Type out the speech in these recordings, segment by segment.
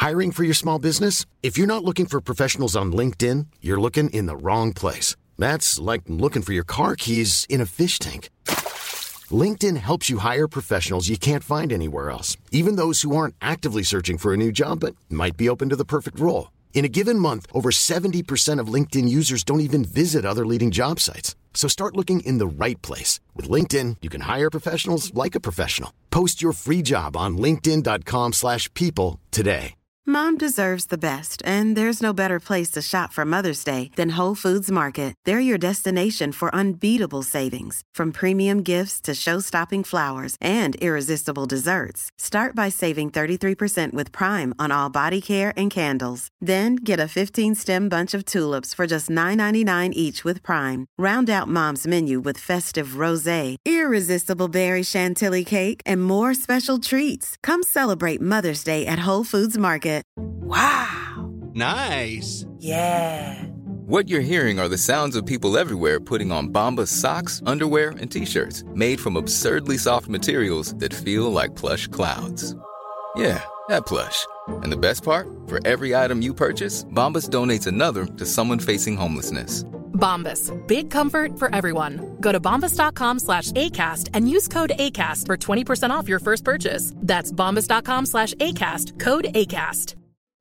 Hiring for your small business? If you're not looking for professionals on LinkedIn, you're looking in the wrong place. That's like looking for your car keys in a fish tank. LinkedIn helps you hire professionals you can't find anywhere else, even those who aren't actively searching for a new job but might be open to the perfect role. In a given month, over 70% of LinkedIn users don't even visit other leading job sites. So start looking in the right place. With LinkedIn, you can hire professionals like a professional. Post your free job on linkedin.com/people today. Mom deserves the best, and there's no better place to shop for Mother's Day than Whole Foods Market. They're your destination for unbeatable savings, from premium gifts to show-stopping flowers and irresistible desserts. Start by saving 33% with Prime on all body care and candles. Then get a 15-stem bunch of tulips for just $9.99 each with Prime. Round out Mom's menu with festive rosé, irresistible berry chantilly cake, and more special treats. Come celebrate Mother's Day at Whole Foods Market. Wow. Nice. Yeah. What you're hearing are the sounds of people everywhere putting on Bombas socks, underwear, and T-shirts made from absurdly soft materials that feel like plush clouds. Yeah, that plush. And the best part? For every item you purchase, Bombas donates another to someone facing homelessness. Bombas. Big comfort for everyone. Go to bombas.com/ACAST and use code ACAST for 20% off your first purchase. That's bombas.com/ACAST. Code ACAST.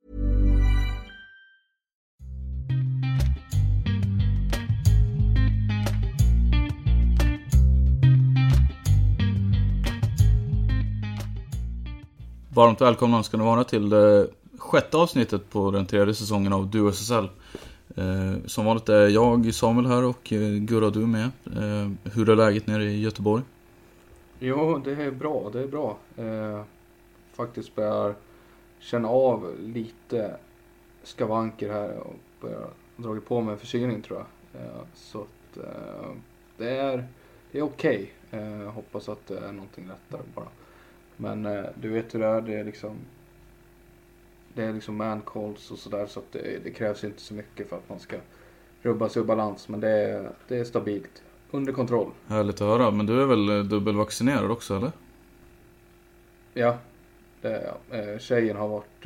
Varmt välkomna ska ni vara till det sjätte avsnittet på den tredje säsongen av Du SSL. Som vanligt är jag, Samuel, här och Gurra, du med. Hur är läget nere i Göteborg? Jo, det är bra. Faktiskt börjar känna av lite skavanker här och börjar dra på med en förkylning, tror jag. Så att det är okej. Hoppas att det är någonting lättare bara. Men du vet hur det är, det är liksom man calls och sådär, så att det krävs inte så mycket för att man ska rubba sig ur balans, men det är stabilt, under kontroll. Härligt att höra, men du är väl dubbelvaccinerad också, eller? Ja, tjejen har varit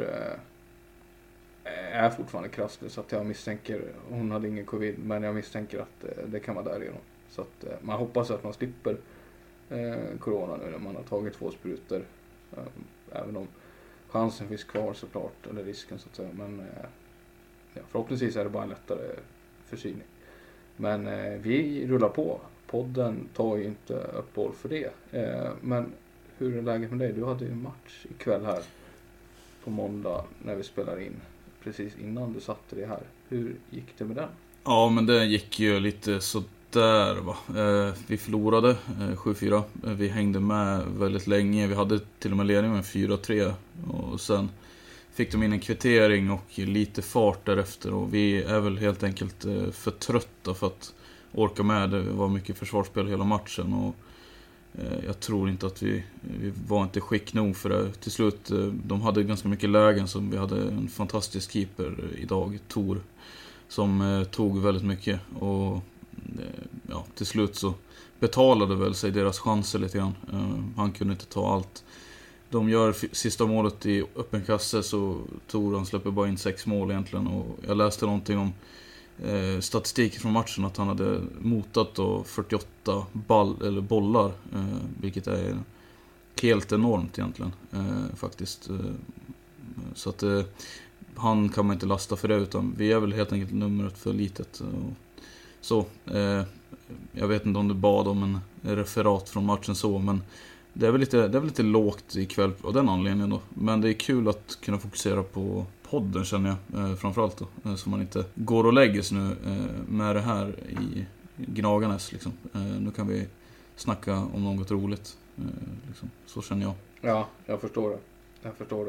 är fortfarande krasslig, så att jag misstänker, hon hade ingen covid, men jag misstänker att det kan vara därigenom. Så att man hoppas att man slipper corona nu när man har tagit 2 sprutor, även om chansen finns kvar såklart, eller risken så att säga, men förhoppningsvis är det bara en lättare förkylning. Men vi rullar på, podden tar ju inte uppehåll för det, men hur är läget med dig? Du hade ju en match ikväll här på måndag när vi spelar in, precis innan du satte det här. Hur gick det med den? Ja, men det gick ju lite så där, va. Vi förlorade 7-4. Vi hängde med väldigt länge. Vi hade till och med ledning med 4-3. Och sen fick de in en kvittering och lite fart därefter. Och vi är väl helt enkelt för trötta för att orka med. Det var mycket försvarsspel hela matchen. Och jag tror inte att vi var inte skick nog för det. Till slut, de hade ganska mycket lägen. Så vi hade en fantastisk keeper idag, Tor, som tog väldigt mycket. Och ja, till slut så betalade väl sig deras chanser lite grann. Han kunde inte ta allt. De gör sista målet i öppen kasse, så han släpper bara in 6 mål egentligen. Och jag läste någonting om statistik från matchen, att han hade motat då 48 bollar, vilket är helt enormt egentligen, faktiskt. Så att han kan man inte lasta för det, utan vi är väl helt enkelt numret för litet. Så jag vet inte om du bad om en referat från matchen så, men det är väl lite lågt ikväll av den anledningen då. Men det är kul att kunna fokusera på podden, känner jag, framförallt då, så man inte går och lägger sig nu med det här i gnaganäs liksom. Nu kan vi snacka om något roligt, liksom. Så känner jag. Ja, jag förstår det.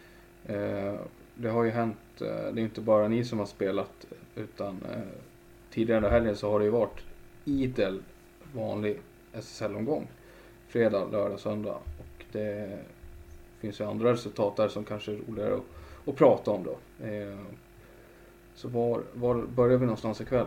Det har ju hänt, det är inte bara ni som har spelat, utan tidigare den helgen så har det ju varit idel vanlig SSL-omgång. Fredag, lördag, söndag. Och det finns ju andra resultat där som kanske är roligare att prata om då. Så var börjar vi någonstans ikväll?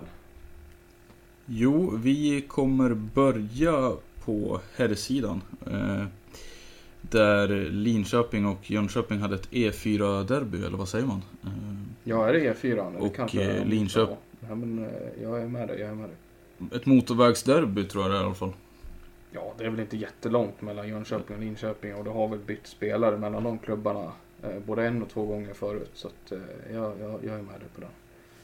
Jo, vi kommer börja på herrsidan. där Linköping och Jönköping hade ett E4-derby, eller vad säger man? Ja, är det E4? Och kanske Linköping... Ja, men jag är med dig. Ett motorvägsderby tror jag det är i alla fall. Ja, det är väl inte jättelångt mellan Jönköping och Linköping, och det har väl bytt spelare mellan de klubbarna både 1 och 2 gånger förut, så att jag är med dig på den.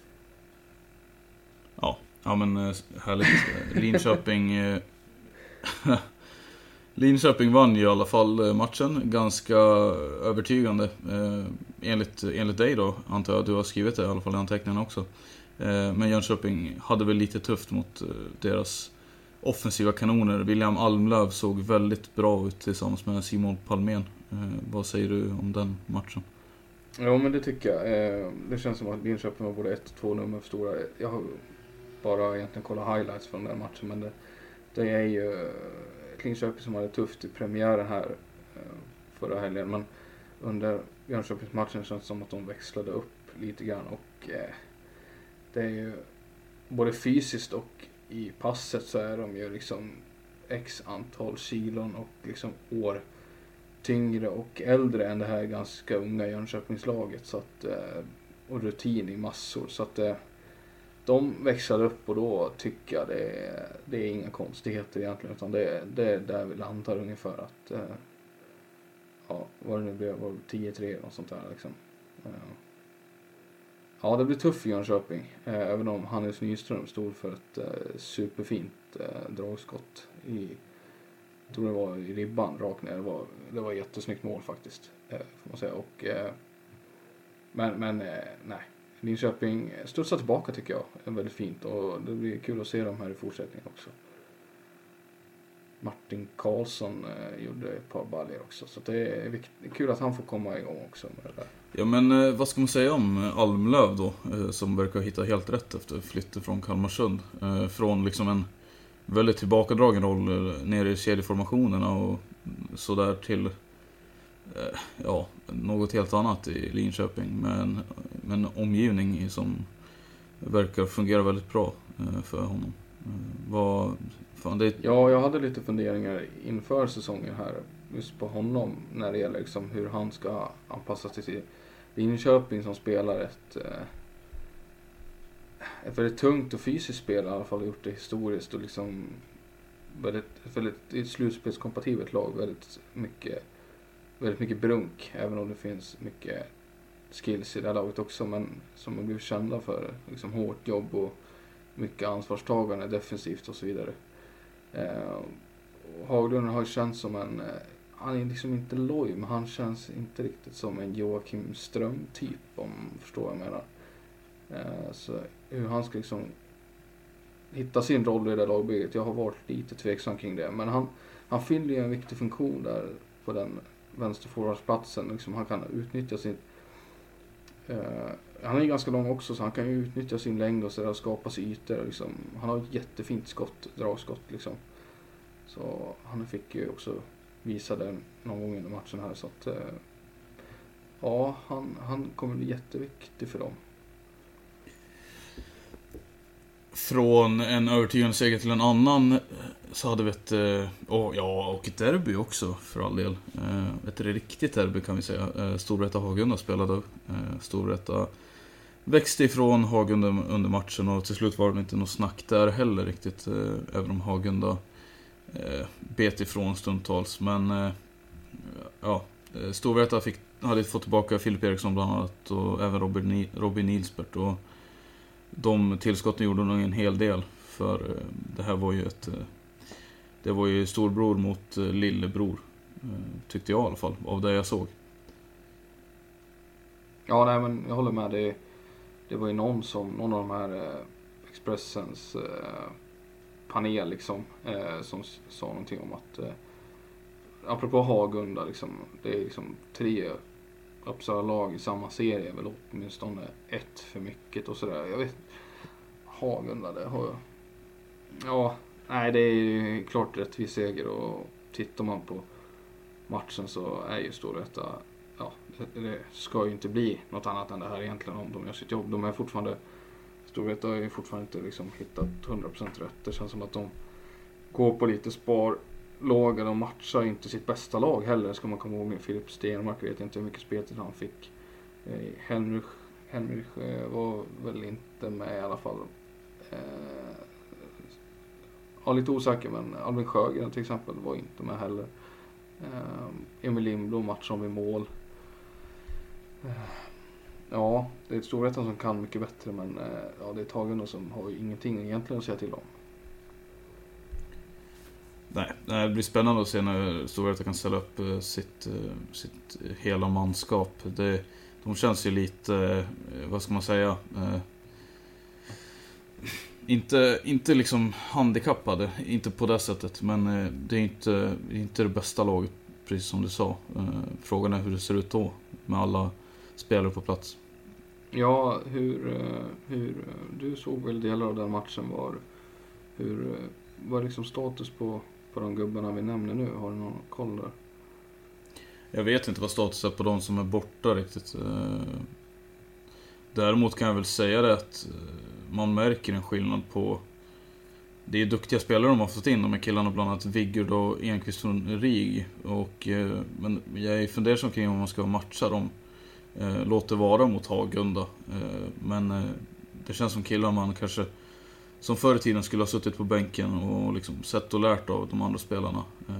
Ja men härligt. Linköping vann ju i alla fall matchen ganska övertygande, enligt dig då, antar jag. Du har skrivit det i alla fall i anteckningarna också. Men Jönköping hade väl lite tufft mot deras offensiva kanoner. William Almlöv såg väldigt bra ut tillsammans med Simon Palmén. Vad säger du om den matchen? Ja, men det tycker jag. Det känns som att Linköping var både 1 och 2 nummer för stora. Jag har bara egentligen kollat highlights från den matchen, men det är ju Linköping som hade tufft i premiären här förra helgen, men under Jönköpingsmatchen känns det som att de växlade upp lite grann, och det är ju både fysiskt och i passet så är de ju liksom x antal kilon och liksom år tyngre och äldre än det här ganska unga Jönköpingslaget, så att, och rutin i massor, så att de växlade upp, och då tycker jag det är inga konstigheter egentligen, utan det är där vi landar ungefär, att vad det nu blev, var 10-3 och sånt där liksom. Ja, det blir tufft för Jönköping, även om Hannes Nyström stod för ett superfint dragskott jag tror det var i ribban rakt ner. Det var ett jättesnyggt mål faktiskt, får man säga. Och, men nej, Linköping studsar tillbaka tycker jag, är väldigt fint, och det blir kul att se dem här i fortsättningen också. Martin Karlsson gjorde ett par baljer också, så det är kul att han får komma igång också med det där. Ja, men vad ska man säga om Almlöv då, som verkar hitta helt rätt efter flytten från Kalmarsund, från liksom en väldigt tillbakadragen roll nere i kedjeformationerna och sådär till något helt annat i Linköping, med en omgivning som verkar fungera väldigt bra för honom. Ja, jag hade lite funderingar inför säsongen här just på honom, när det gäller liksom hur han ska anpassa sig till Linköping, som spelar ett väldigt tungt och fysiskt spel, i alla fall gjort det historiskt, och liksom väldigt slutspelskompatibelt lag, väldigt mycket brunk, även om det finns mycket skills i det här laget också, men som har blivit kända för liksom hårt jobb och mycket ansvarstagande defensivt och så vidare. Haglund har känts som han är liksom inte loj, men han känns inte riktigt som en Joakim Ström typ, om förstår vad jag menar. Så hur han ska liksom hitta sin roll i det lagbygget, jag har varit lite tveksam kring det, men han fyller ju en viktig funktion där på den vänsterforwardsplatsen, liksom han kan utnyttja sin han är ju ganska lång också, så han kan ju utnyttja sin längd och så skapa sig ytor liksom. Han har ett jättefint dragskott liksom. Så han fick ju också visa det någon gång under matchen här, så att han kommer bli jätteviktig för dem. Från en övertygande seger till en annan så hade vi och ett derby också för all del. Ett riktigt derby kan vi säga. Storvreta Hagunda spelade. Storvreta växte ifrån Hagunda under matchen, och till slut var det inte något snack där heller riktigt. Även om Hagunda bet ifrån stundtals. Men Storvreta hade fått tillbaka Filip Eriksson bland annat, och även Robin Nilsbert, och de tillskotten gjorde nog en hel del, för det här var ju storbror mot lillebror, tyckte jag i alla fall, av det jag såg. Ja, nej, men jag håller med. Det var ju någon av de här Expressens panel liksom, som sa någonting om att apropå Hagunda liksom, det är liksom 3 Uppsala-lag i samma serie, väl åtminstone 1 för mycket och sådär. Jag vet, Hagunda, det har det är ju klart rättvis seger, och tittar man på matchen så är ju Storvreta, det ska ju inte bli något annat än det här egentligen om de gör sitt jobb. Storvreta har ju fortfarande inte liksom hittat 100% rätt. Det känns som att de går på lite spar låga. De matchar inte sitt bästa lag heller, ska man komma ihåg. Med Filip Stenmark, vet inte hur mycket speltid han fick. Henrich var väl inte med i alla fall. Lite osäker, men Albin Sjögren till exempel var inte med heller. Emil Lindblom matchade med mål. Ja, det är ett Storvreta som kan mycket bättre, men det är Tagunda som har ju ingenting egentligen att säga till om. Nej, det blir spännande att se när Storvreta kan ställa upp sitt hela manskap. De känns ju lite, vad ska man säga, inte liksom handikappade, inte på det sättet, men det är inte det bästa laget, precis som du sa. Frågan är hur det ser ut då med alla spelare på plats. Ja, hur du såg väl delar av den matchen, var liksom status på de gubbarna vi nämner nu? Har du någon koll där? Jag vet inte vad status är på de som är borta riktigt. Däremot kan jag väl säga det att man märker en skillnad på... Det är duktiga spelare de har fått in, de här killarna, bland annat Vigurd och Enqvist från Rig. Men jag är fundersam kring om man ska matcha dem. Låt det vara mot Hagunda. Men det känns som killar man kanske som förr i tiden skulle ha suttit på bänken och liksom sett och lärt av de andra spelarna.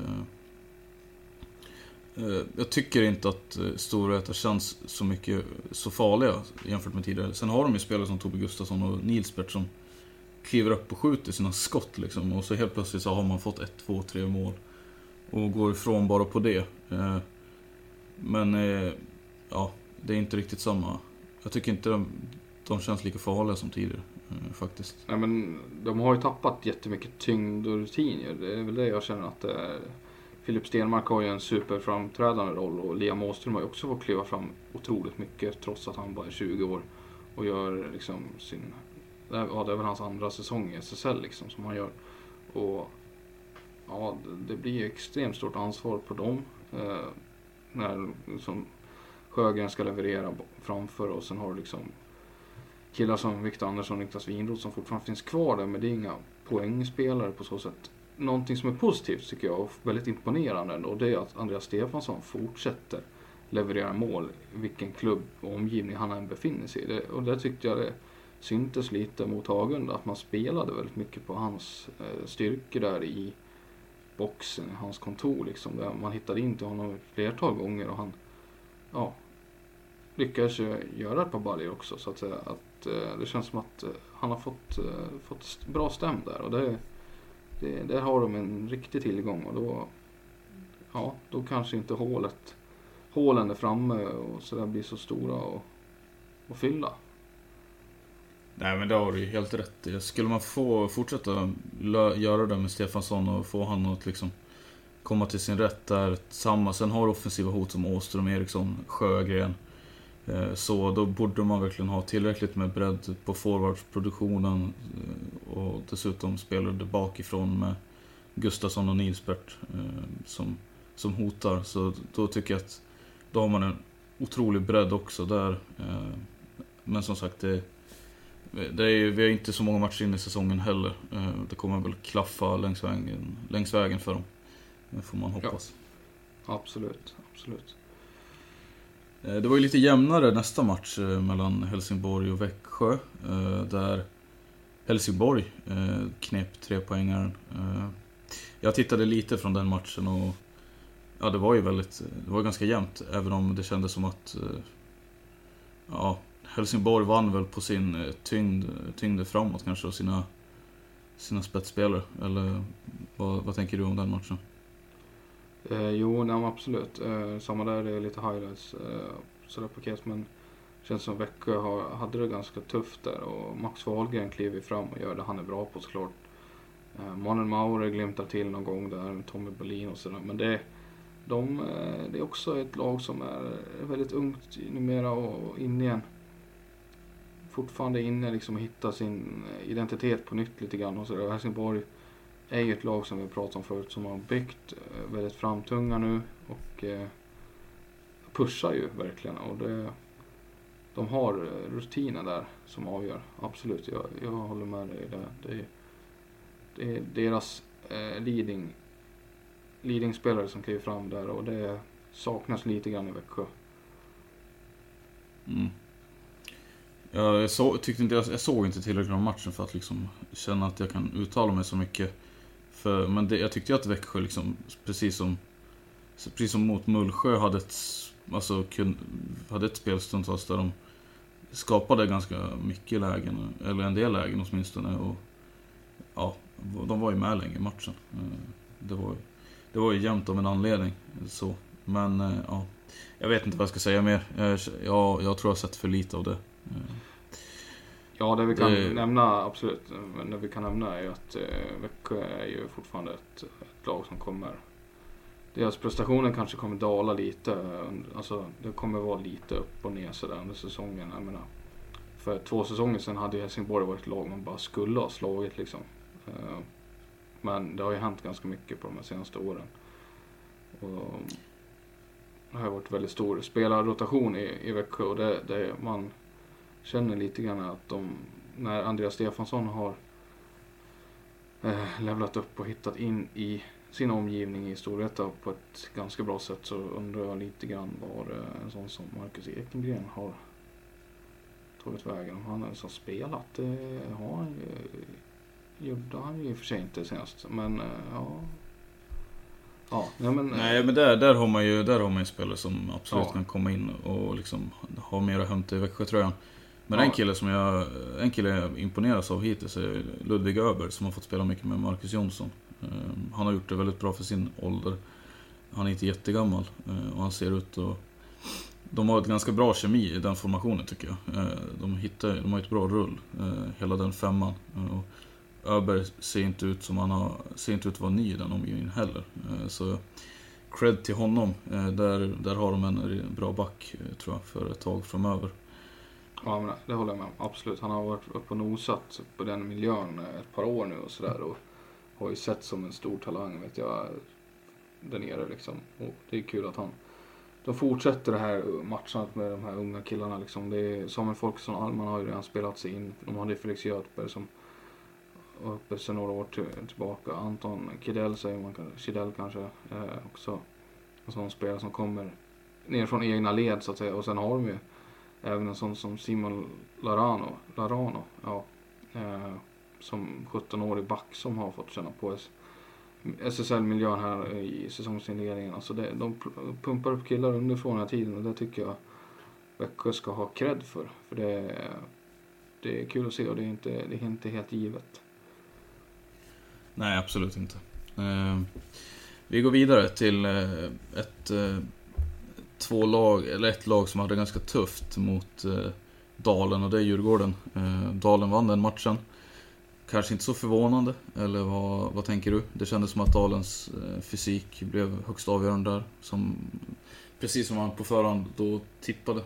Jag tycker inte att Storvreta känns så farliga jämfört med tidigare. Sen har de ju spelare som Tobbe Gustafsson och Nilsbert som kliver upp och skjuter sina skott liksom. Och så helt plötsligt så har man fått 1, 2, 3 mål och går ifrån bara på det. Men det är inte riktigt samma. Jag tycker inte de känns lika farliga som tidigare faktiskt. Nej, men de har ju tappat jättemycket tyngd och rutiner. Det är väl det jag känner att Filip Stenmark har ju en superframträdande roll, och Liam Åström har ju också fått kliva fram otroligt mycket trots att han bara är 20 år och gör liksom det är väl hans andra säsong i SSL liksom som han gör. Och det blir ju extremt stort ansvar på dem när liksom Sjögren ska leverera framför, och sen har du liksom killar som Victor Andersson och Niklas Winroth som fortfarande finns kvar där, men det är inga poängspelare på så sätt. Någonting som är positivt tycker jag och väldigt imponerande, och det är att Andreas Stefansson fortsätter leverera mål vilken klubb och omgivning han än befinner sig i. Och det tyckte jag det syntes lite mot Hagunda, att man spelade väldigt mycket på hans styrkor där i boxen, hans kontor liksom, där man hittade in till honom ett flertal gånger, och han lyckades ju göra ett par baljor också, så att säga, att det känns som att han har fått bra stäm där, och där har de en riktig tillgång, och då kanske inte hålen är framme och så där blir så stora och fylla. Nej, men det har du ju helt rätt i. Skulle man få fortsätta göra det med Stefansson och få han att liksom komma till sin rätt där, sen har offensiva hot som Åström, Eriksson, Sjögren, så då borde man verkligen ha tillräckligt med bredd på forwardsproduktionen, och dessutom spelar det bakifrån med Gustafsson och Nilsbert som hotar. Så då tycker jag att då har man en otrolig bredd också där. Men som sagt, vi har inte så många matcher in i säsongen heller. Det kommer väl klaffa längs vägen för dem. Det får man hoppas. Ja, absolut. Det var ju lite jämnare nästa match mellan Helsingborg och Växjö, där Helsingborg knep 3-poängaren. Jag tittade lite från den matchen, och det var ganska jämnt, även om det kändes som att Helsingborg vann väl på sin tyngd framåt kanske, och sina spetsspelare. Eller vad tänker du om den matchen? Absolut. Samma där, är lite highlights sådär paket, men det känns som Växjö hade det ganska tufft där, och Max Wahlgren kliver fram och gör det han är bra på såklart. Manuel Maurer glimtar till någon gång där, Tommy Berlin och sådär, men det är också ett lag som är väldigt ungt numera och fortfarande inne liksom att hitta sin identitet på nytt lite grann och sådär. Helsingborg är ju ett lag som vi pratat om förut som har byggt väldigt framtunga nu och pushar ju verkligen, och de har rutiner där som avgör. Absolut, jag håller med dig där. Det är deras leading leadingspelare som kliver fram där, och det saknas lite grann i Växjö. Jag såg inte tillräckligt av matchen för att liksom känna att jag kan uttala mig så mycket. Men jag tyckte att Växjö liksom, precis som mot Mullsjö hade ett spelstundtals där de skapade ganska mycket lägen, eller en del lägen åtminstone, och ja, de var ju med länge i matchen. Det var ju jämnt av en anledning så. Men ja, jag vet inte vad jag ska säga mer. Jag tror jag har sett för lite av det. Ja, det vi kan nämna, absolut. Men det vi kan nämna är att Växjö är ju fortfarande ett lag som kommer... Deras prestationer kanske kommer dala lite. Alltså, det kommer vara lite upp och ner sådär under säsongen. Jag menar, för 2 säsonger sedan hade Helsingborg varit ett lag man bara skulle ha slagit liksom. Men det har ju hänt ganska mycket på de här senaste åren. Och det har varit väldigt stor spelarrotation i Växjö, och det man känner lite grann att när Andreas Stefansson har levlat upp och hittat in i sin omgivning i Storvreta på ett ganska bra sätt, så undrar jag lite grann var en sån som Marcus Ekengren har tagit vägen. Om han har så spelat, det har han ju, gjorde han ju i och för sig inte senast, men Nej, men där har man ju spelare som absolut kan komma in och liksom ha mer att hämta i Växjötröjan. Men en kille jag imponeras av hittills är Ludvig Öberg, som har fått spela mycket med Marcus Jonsson. Han har gjort det väldigt bra för sin ålder. Han är inte jättegammal, och han ser ut att... De har ett ganska bra kemi i den formationen, tycker jag. De har ett bra rull, hela den 5:an. Och Öberg ser inte ut att vara ny i den omgivningen heller. Så cred till honom. Där har de en bra back, tror jag, för ett tag framöver. Ja, men det håller jag med om. Absolut. Han har varit uppe och nosat på den miljön ett par år nu och sådär, och har ju sett som en stor talang, vet jag, där nere liksom. Och det är kul att de fortsätter det här matchandet med de här unga killarna liksom. Det är Samuel Folkesson Alman har ju redan spelat sig in. De hade Felix Göthberg som var uppe sedan några år tillbaka. Anton Kidell säger man, Kidell kanske också. En sån spelare som kommer ner från egna led så att säga. Och sen har de ju även en sån som Simon Larano, som 17-årig back som har fått känna på SSL-miljön här i säsongsinledningen. Alltså de pumpar upp killar underifrån den här tiden, och det tycker jag Växjö ska ha cred för det är kul att se, och det är inte helt givet. Nej, absolut inte. Vi går vidare till ett lag som hade ganska tufft mot Dalen, och det är Djurgården. Dalen vann den matchen. Kanske inte så förvånande, eller vad tänker du? Det kändes som att Dalens fysik blev högst avgörande där, precis som man på förhand då tippade.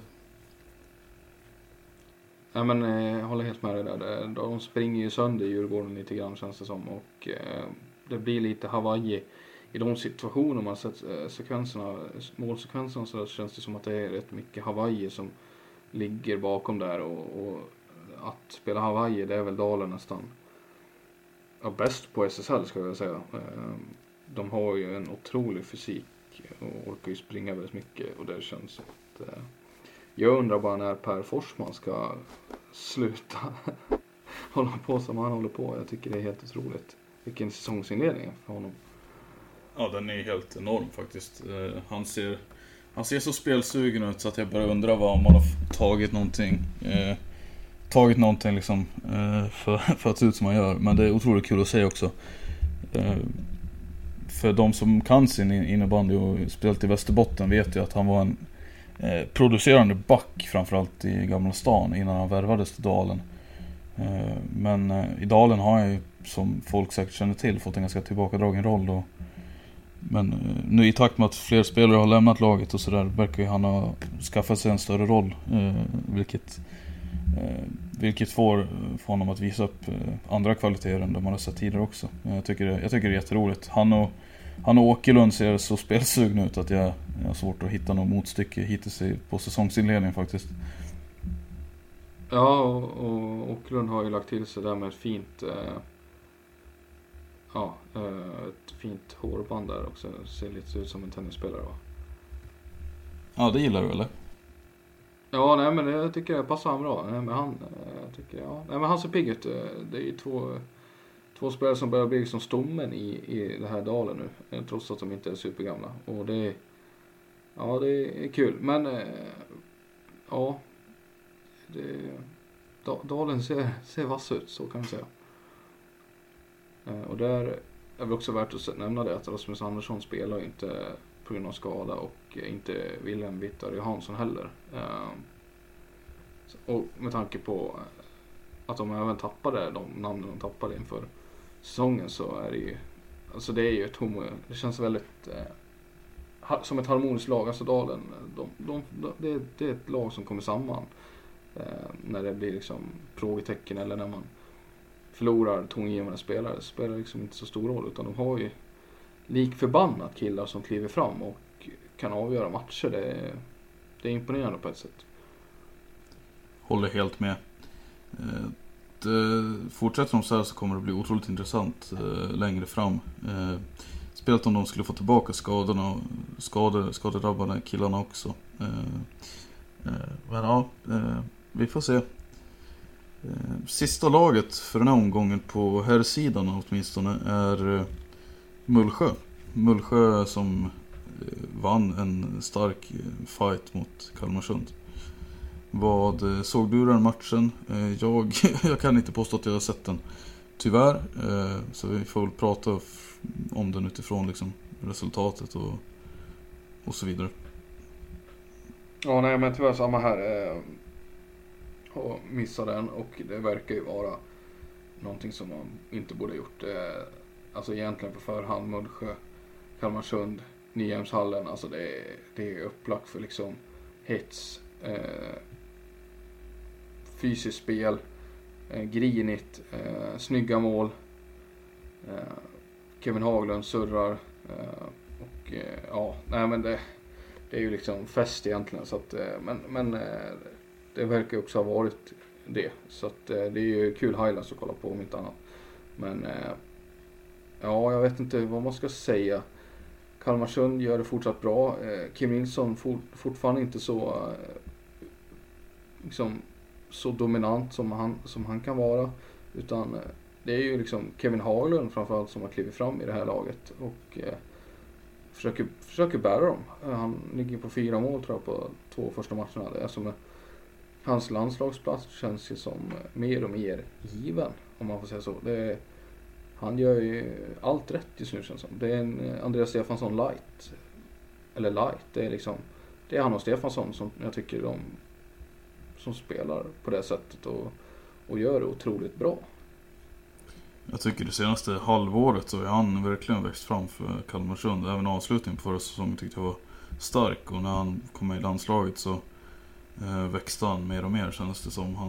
Ja, men jag håller helt med dig där. De springer ju sönder i Djurgården lite grann, känns det som, och det blir lite Hawaii i de situationer man sett målsekvenserna, så känns det som att det är rätt mycket Hawaii som ligger bakom där, och att spela Hawaii, det är väl Dalen nästan bäst på SSL, ska jag säga. De har ju en otrolig fysik och orkar ju springa väldigt mycket, och det känns att jag undrar bara när Per Forsman ska sluta hålla på som han håller på. Jag tycker det är helt otroligt. Vilken säsongsinledning för honom. Ja, den är helt enorm faktiskt. Han ser så spelsugen ut så att jag bara undrar vad man har tagit någonting liksom, för att se ut som man gör. Men det är otroligt kul att se också. För de som kan sin innebandy och spelat i Västerbotten vet ju att han var en producerande back, framförallt i Gamla stan, innan han värvades till Dalen. Men i Dalen har han ju, som folk säkert känner till, fått en ganska tillbakadragen roll då. Men nu i takt med att fler spelare har lämnat laget och sådär, verkar ju han ha skaffat sig en större roll, vilket får honom att visa upp andra kvaliteter än de man har sett tidigare också. Jag tycker det är jätteroligt. Han och Åkerlund ser så spelsugna ut att jag har svårt att hitta något motstycke hittills på säsongsinledningen faktiskt. Ja, och Åkerlund har ju lagt till sig där med ett fint ett fint hårband där också. Ser lite ut som en tennisspelare, va? Ja, det gillar du eller? Ja, nej, men jag tycker det passar han bra. Nej, men han ser pigg ut. Det är ju två spelare som börjar bli som stommen i det här dalen nu. Trots att de inte är supergamla. Och det är kul. Men dalen ser vass ut, så kan man säga. Och där är det också värt att nämna det att Rasmus Andersson spelar ju inte på grund av skada och inte Wilhelm Vittar Johansson heller. Och med tanke på att de även tappade de namnen de tappade inför säsongen, så är det ju, alltså det är ju det känns väldigt som ett harmoniskt lag. Alltså Dalen, det är ett lag som kommer samman när det blir liksom frågetecken eller när man förlorar tongivande spelare. Det spelar liksom inte så stor roll, utan de har ju likförbannat killar som kliver fram och kan avgöra matcher. Det är imponerande på ett sätt. Håller helt med. Fortsätter de så här så kommer det bli otroligt intressant längre fram. Spelet om de skulle få tillbaka skadorna och skadedrabbade killarna också. Men ja, vi får se. Sista laget för den här omgången på här sidan åtminstone är Mullsjö. Mullsjö som vann en stark fight mot Kalmarsund. Vad såg du den matchen? Jag kan inte påstå att jag har sett den, tyvärr. Så vi får väl prata om den utifrån liksom resultatet och så vidare. Ja, nej, men tyvärr samma här. Missade den, och det verkar ju vara någonting som man inte borde ha gjort. Alltså egentligen på förhand. Mullsjö, Kalmarsund, Nyhemshallen, alltså det är upplagt för liksom hets, fysiskt spel, grinigt, snygga mål. Kevin Haglund surrar och men det är ju liksom fest egentligen, så att men det verkar också ha varit det, så att det är ju kul highlights att kolla på om inte annat. Men jag vet inte vad man ska säga. Kalmarsund gör det fortsatt bra. Kim Nilsson fortfarande inte så liksom så dominant som han kan vara, utan det är ju liksom Kevin Haglund framförallt som har klivit fram i det här laget och försöker bära dem. Han ligger på 4 mål tror jag på 2 första matcherna. Det är som hans landslagsplats känns ju som mer och mer given, om man får säga så. Han gör ju allt rätt just nu, känns som. Det är en Andreas Stefansson light. Eller light, det är han och Stefansson som jag tycker som spelar på det sättet och gör det otroligt bra. Jag tycker det senaste halvåret så är han verkligen växt fram för Kalmarsund. Även avslutningen på förra säsongen tyckte jag var stark, och när han kom med i landslaget så växte han mer och mer, kändes det som.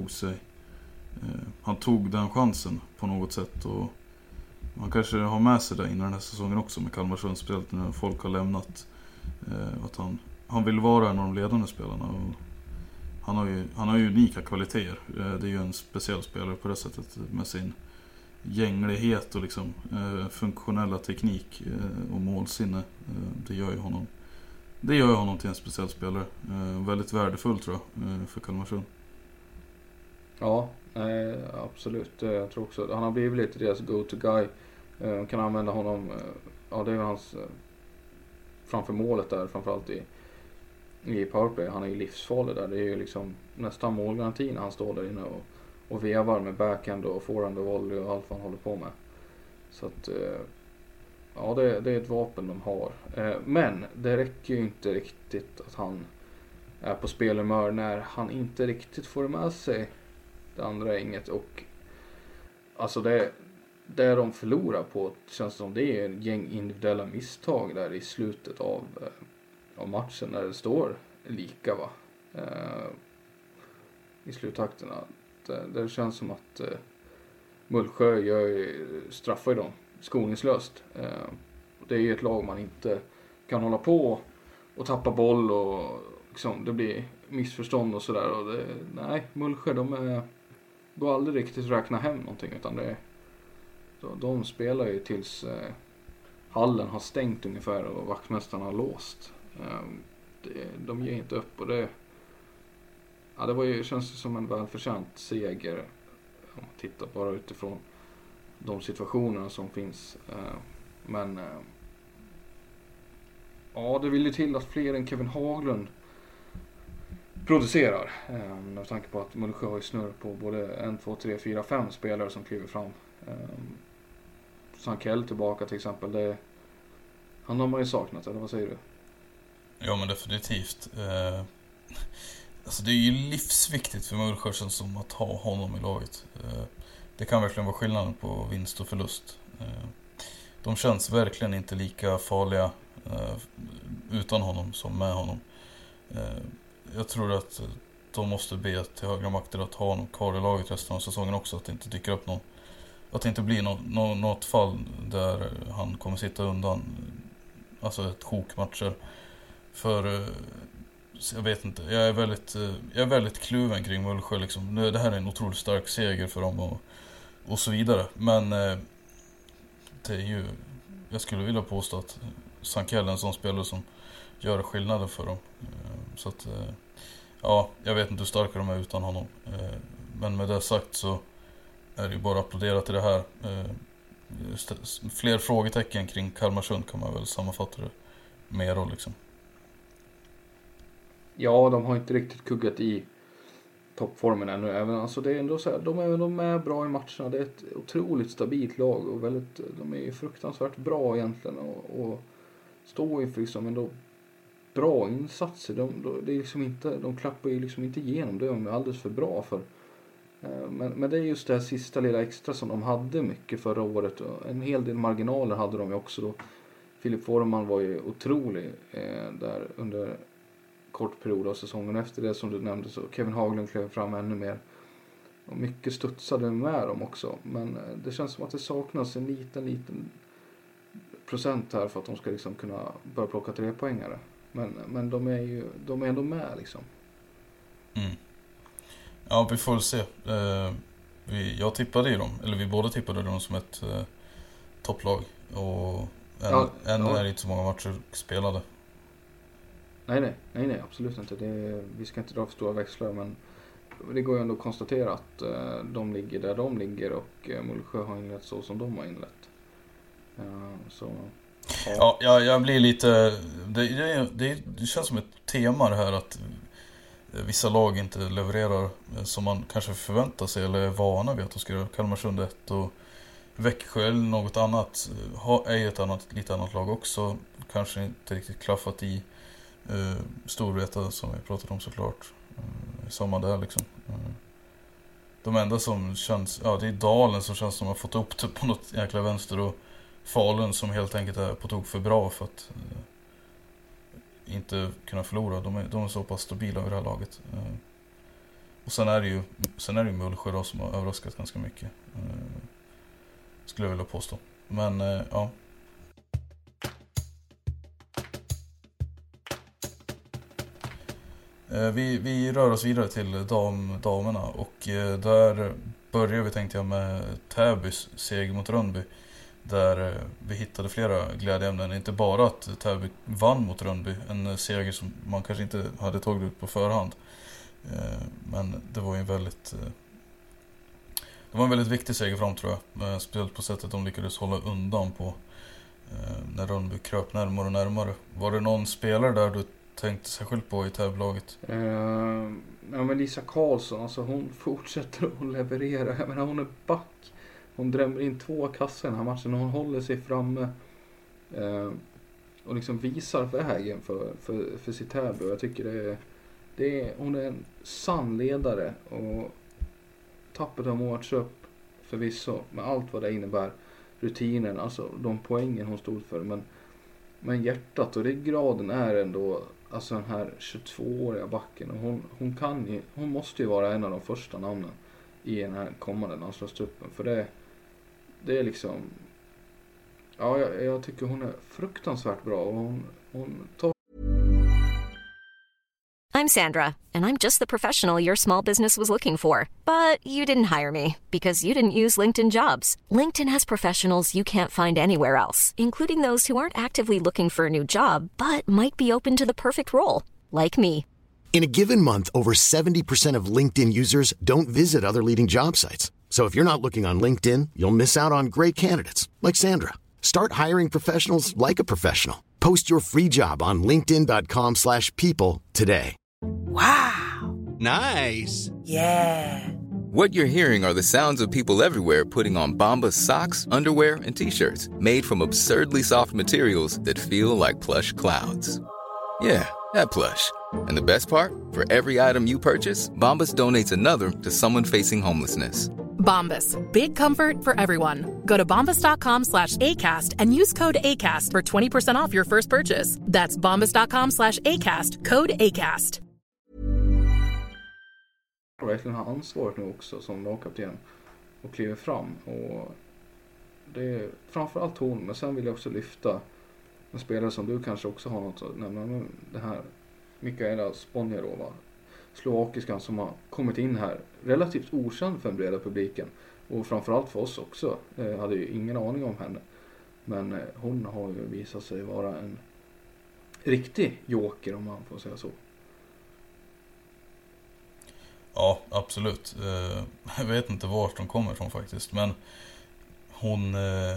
Han tog den chansen på något sätt, och man kanske har med sig det innan den här säsongen också med Kalmarsund, spelet när folk har lämnat, att han vill vara en av de ledande spelarna, och han har ju unika kvaliteter. Det är ju en speciell spelare på det sättet, med sin gänglighet och liksom funktionella teknik och målsinne. Det gör ju honom till en speciell spelare. Väldigt värdefull tror jag för Kalmarsund. Ja, absolut. Jag tror också han har blivit lite deras go-to guy. Kan använda honom. Det är hans framför målet där, framförallt i powerplay. Han är ju livsfarlig där. Det är ju liksom nästan målgaranti när han står där inne och vevar med backhand och forehand och volley och allt vad han håller på med. Så att det är ett vapen de har. Men det räcker ju inte riktigt att han är på spelhumör när han inte riktigt får med sig det andra inget. Och alltså det de förlorar på känns som det är en gäng individuella misstag där i slutet av matchen när det står lika, va? I sluttakterna. Det känns som att Mullsjö straffar ju dem skoningslöst. Det är ju ett lag man inte kan hålla på och tappa boll och liksom, det blir missförstånd och sådär. Nej, Mullsjö de går aldrig riktigt räkna hem någonting, utan De spelar ju tills hallen har stängt ungefär och vaktmästarna har låst. De ger inte upp och det var ju, känns det som en välförtjänt seger om man tittar bara utifrån de situationerna som finns. Men det vill ju till att fler än Kevin Haglund producerar. Med tanke på att Mullsjö har ju snurr på både 1, 2, 3, 4, 5 spelare som kliver fram. Sankell tillbaka till exempel. Han har man ju saknat, eller vad säger du? Ja, men definitivt. Alltså det är ju livsviktigt för Mullsjö som att ha honom i laget. Det kan verkligen vara skillnaden på vinst och förlust. De känns verkligen inte lika farliga utan honom som med honom. Jag tror att de måste be till högre makter att ha honom kvar i laget resten av säsongen också. Att det inte dyker upp någon. Att det inte blir något fall där han kommer sitta undan. Alltså ett sjokmatcher. För jag vet inte. Jag är väldigt kluven kring Mullsjö liksom. Det här är en otroligt stark seger för dem och så vidare. Men det är ju, jag skulle vilja påstå att Sankell är en sån spelare som gör skillnaden för dem. Så att jag vet inte hur starka de är utan honom. Men med det sagt så är det ju bara att applådera till det här. Fler frågetecken kring Kalmarsund kan man väl sammanfatta det mer då liksom. Ja, de har inte riktigt kuggat i toppformen ännu. Även, alltså det är ändå så här, de är bra i matcherna. Det är ett otroligt stabilt lag och de är fruktansvärt bra egentligen och står inför liksom ändå bra insatser. Det är liksom inte, de klappar ju liksom inte igenom, det är de alldeles för bra för. Men det är just det här sista lilla extra som de hade mycket förra året. En hel del marginaler hade de ju också då. Filip Forman var ju otrolig där under kort period av säsongen. Efter det som du nämnde så Kevin Haglund klev fram ännu mer. Och mycket studsade med dem också. Men det känns som att det saknas en liten procent här för att de ska liksom kunna börja plocka 3-poängare. Men de är ändå med liksom. Mm. Ja, vi får väl se. Jag tippade ju dem, eller vi båda tippade dem som ett topplag. Och än är det inte så många matcher spelade. Nej, absolut inte. Vi ska inte dra för stora växlar, men det går ju ändå att konstatera att de ligger där de ligger och Mullsjö har inlett så som de har inlett. Ja, jag blir lite... Det känns som ett tema det här att vissa lag inte levererar som man kanske förväntar sig eller är vana vid att de ska göra. Kalmarsund 1 och Växjö eller något annat är ett lite annat lag också. Kanske inte riktigt klaffat i Storvreta som vi pratade om såklart. Samma där liksom. De enda som känns... Ja, det är Dalen som känns som har fått upp det på något jäkla vänster och Falun som helt enkelt är på tok för bra för att inte kunna förlora. De är så pass stabila över det här laget. Och sen är det ju Mullsjö då som har överraskat ganska mycket. Skulle jag vilja påstå. Men ja. Vi rör oss vidare till damerna och där börjar vi tänkte jag med Täbys seger mot Rönnby. Där vi hittade flera glädjeämnen. Inte bara att Täby vann mot Rönnby. En seger som man kanske inte hade tagit ut på förhand. Men det var ju en väldigt viktig seger fram tror jag. Speciellt på sättet de lyckades hålla undan på när Rönnby kröp närmare och närmare. Var det någon spelare där du tänkte särskilt på i Täblaget? Ja, men Lisa Karlsson, alltså hon fortsätter att leverera. Jag menar, hon är back. Hon drämmer in 2 kassar i den här matchen och hon håller sig framme och liksom visar vägen för sitt Täby. Och jag tycker hon är en sann ledare och tappet har målats upp förvisso med allt vad det innebär. Rutinen, alltså de poängen hon stod för. Men hjärtat och ryggraden är ändå alltså den här 22-åriga backen. Och hon måste ju vara en av de första namnen i den här kommande landslagstruppen. För det är liksom... Ja, jag tycker hon är fruktansvärt bra. Och hon tar... I'm Sandra, and I'm just the professional your small business was looking for. But you didn't hire me because you didn't use LinkedIn Jobs. LinkedIn has professionals you can't find anywhere else, including those who aren't actively looking for a new job, but might be open to the perfect role, like me. In a given month, over 70% of LinkedIn users don't visit other leading job sites. So if you're not looking on LinkedIn, you'll miss out on great candidates like Sandra. Start hiring professionals like a professional. Post your free job on linkedin.com/people today. Wow. Nice. Yeah. What you're hearing are the sounds of people everywhere putting on Bombas socks, underwear, and T-shirts made from absurdly soft materials that feel like plush clouds. Yeah, that plush. And the best part? For every item you purchase, Bombas donates another to someone facing homelessness. Bombas. Big comfort for everyone. Go to bombas.com/ACAST and use code ACAST for 20% off your first purchase. That's bombas.com/ACAST. Code ACAST. Och verkligen har ansvaret nu också som lagkapten och kliver fram. Och det är framförallt hon, men sen vill jag också lyfta en spelare som du kanske också har något att nämna. Men det här Mikaela Sponjarova, slovakiskan som har kommit in här relativt okänd för den breda publiken och framförallt för oss också. Jag hade ju ingen aning om henne, men hon har ju visat sig vara en riktig joker, om man får säga så. Ja, absolut. Jag vet inte vart de kommer från faktiskt, men hon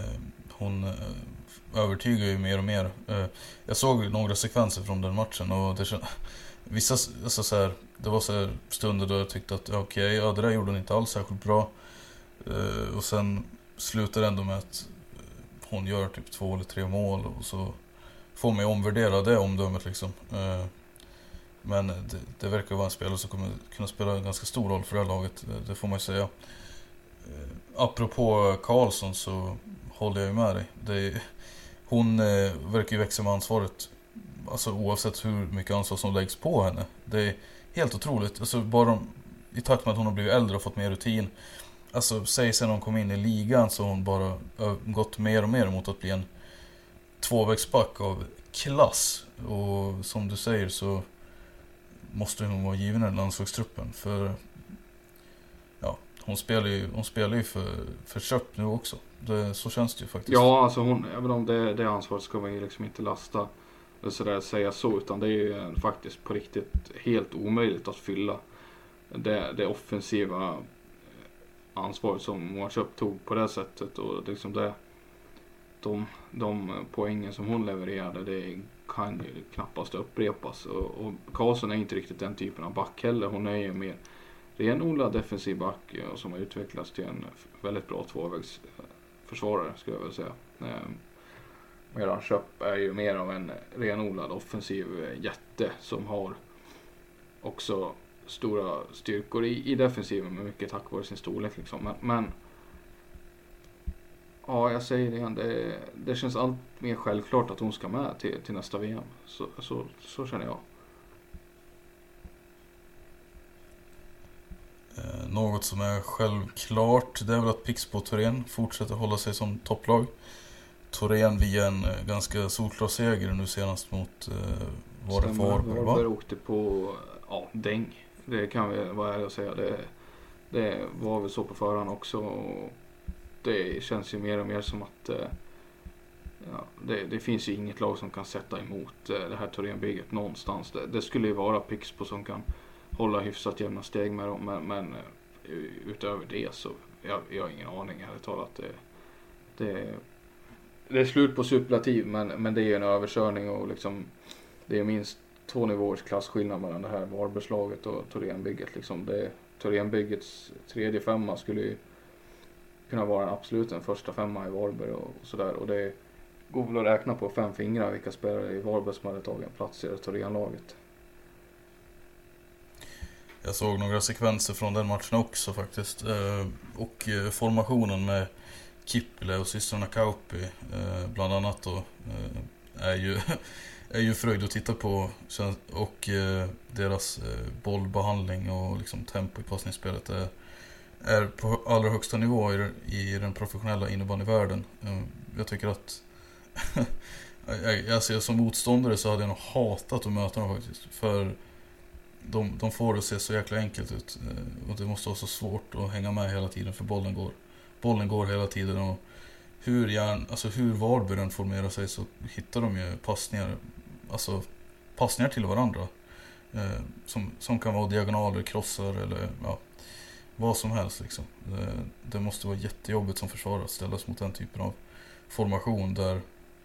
övertygar ju mer och mer. Jag såg några sekvenser från den matchen och vissa alltså så här, det var så här stunder då jag tyckte att det där gjorde hon inte alls särskilt bra. Och sen slutar ändå med att hon gör typ 2 eller 3 mål och så får mig omvärdera det omdömet liksom. Men det verkar vara en spelare som kommer kunna spela en ganska stor roll för det här laget, det får man ju säga. Apropå Karlsson så håller jag ju med dig. Hon verkar ju växa med ansvaret, alltså oavsett hur mycket ansvar som läggs på henne. Det är helt otroligt. Alltså bara i takt med att hon har blivit äldre och fått mer rutin. Alltså säg sen hon kom in i ligan så hon bara gått mer och mer mot att bli en tvåvägsback av klass. Och som du säger så måste hon vara given i landslagstruppen, för ja, hon spelar ju för köp nu också. Så känns det ju faktiskt. Ja, alltså hon, även om det ansvaret ska man ju liksom inte lasta så där, säga så, utan det är ju faktiskt på riktigt helt omöjligt att fylla det offensiva ansvaret som Moachup tog på det sättet, och liksom de poängen som hon levererade, det kan ju knappast upprepas. Och Karlsson är inte riktigt den typen av back heller. Hon är ju mer renodlad defensiv back som har utvecklats till en väldigt bra tvåvägsförsvarare, skulle jag väl säga. Medan Köp är ju mer av en renodlad offensiv jätte som har också stora styrkor i defensiven, med mycket tack vare sin storlek liksom. Men ja, jag säger det igen, det känns allt mer självklart att hon ska med till nästa VM. Så känner jag. Något som är självklart, det är väl att Pixbo och Torén fortsätter hålla sig som topplag. Torén via en ganska solklar seger nu senast mot Varberg åkte på däng. Det kan vi vara ärlig att säga. Det var väl så på förhand också. Och det känns ju mer och mer som att det finns ju inget lag som kan sätta emot det här Torén-bygget någonstans. Det skulle ju vara Pixbo som kan hålla hyfsat jämna steg med dem, men utöver det så jag har ingen aning, ärligt talat. Det är slut på superlativ, men det är en överkörning, och liksom det är minst 2 nivåers klasskillnad mellan det här Varbergslaget och Torén-bygget liksom. Torén-byggets 3:e femma skulle ju kunna vara absolut en första femma i Varberg och sådär, och det går väl att räkna på 5 fingrar vilka spelare i Varberg som hade tagit en plats i det Torén-laget. Jag såg några sekvenser från den matchen också faktiskt, och formationen med Kipple och systrarna Kauppi bland annat då, är ju fröjd att titta på, och deras bollbehandling och liksom tempo i passningsspelet är på allra högsta nivå i den professionella innebandyvärlden. Jag tycker att alltså som motståndare så hade jag nog hatat att möta dem faktiskt, för de får det att se så jäkla enkelt ut. Och det måste vara så svårt att hänga med hela tiden, för bollen går hela tiden. Och hur Varberg formerar sig, så hittar de ju passningar till varandra. Som kan vara diagonaler, krossar eller vad som helst liksom. Det måste vara jättejobbigt som försvarare att ställas mot den typen av formation där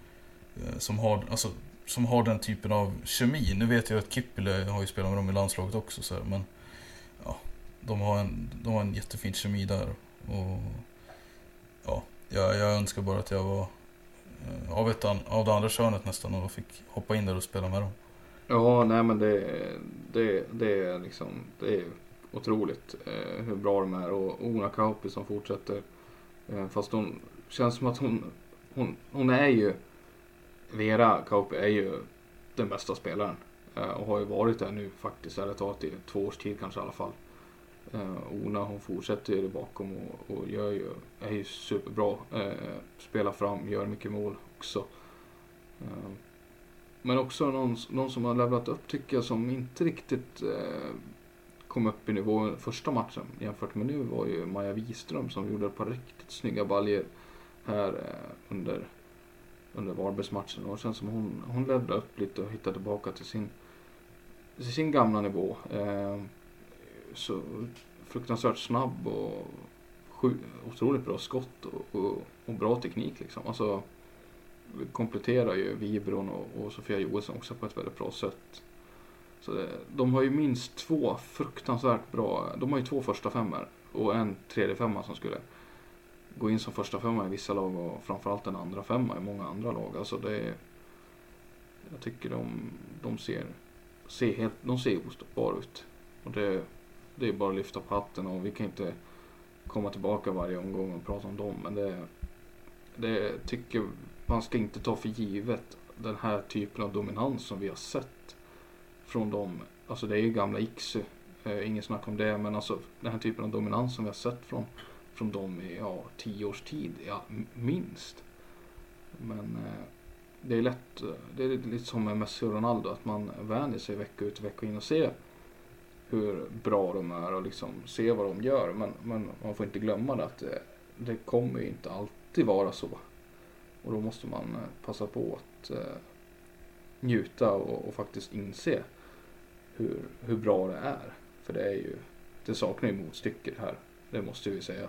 som har den typen av kemi. Nu vet jag att Kippile har ju spelat med dem i landslaget också så här, men de har en jättefin kemi där. Och jag önskar bara att jag var av det andra könet nästan och fick hoppa in där och spela med dem. Ja, nej men det är liksom, det är otroligt hur bra de är. Och Oona Kauppi som fortsätter, fast hon känns som att hon är ju, Vera Kauppi är ju den bästa spelaren och har ju varit där nu faktiskt, eller tagit i 2 års tid kanske i alla fall. Oona, hon fortsätter ju bakom och är ju superbra, spelar fram, gör mycket mål också. Men också någon som har levlat upp tycker jag, som inte riktigt kom upp i nivå första matchen jämfört med nu, var ju Maja Wiström som gjorde ett par riktigt snygga baljer här under Varbergsmatchen. Och sen som hon levde upp lite och hittade tillbaka till sin gamla nivå. Så fruktansvärt snabb och otroligt bra skott och bra teknik liksom. Alltså kompletterar ju Vibron och Sofia Johansson också på ett väldigt bra sätt. Så de har ju minst 2 fruktansvärt bra. De har ju 2 första femmor och en tredje femma som skulle gå in som första femma i vissa lag och framförallt en andra femma i många andra lag. Alltså jag tycker de ser ostoppbara ut. Och det är bara att lyfta på hatten, och vi kan inte komma tillbaka varje omgång och prata om dem, men det tycker man ska inte ta för givet, den här typen av dominans som vi har sett från dem. Alltså det är ju gamla Iksu, ingen snack om det, men alltså den här typen av dominans som vi har sett från dem i 10 års tid, minst. Men det är lätt, det är lite som med Messi och Ronaldo, att man vänjer sig vecka ut och vecka in och ser hur bra de är och liksom se vad de gör, men man får inte glömma det, att det kommer ju inte alltid vara så, och då måste man passa på att njuta och faktiskt inse hur bra det är, för det saknar ju motstycke här, det måste vi säga.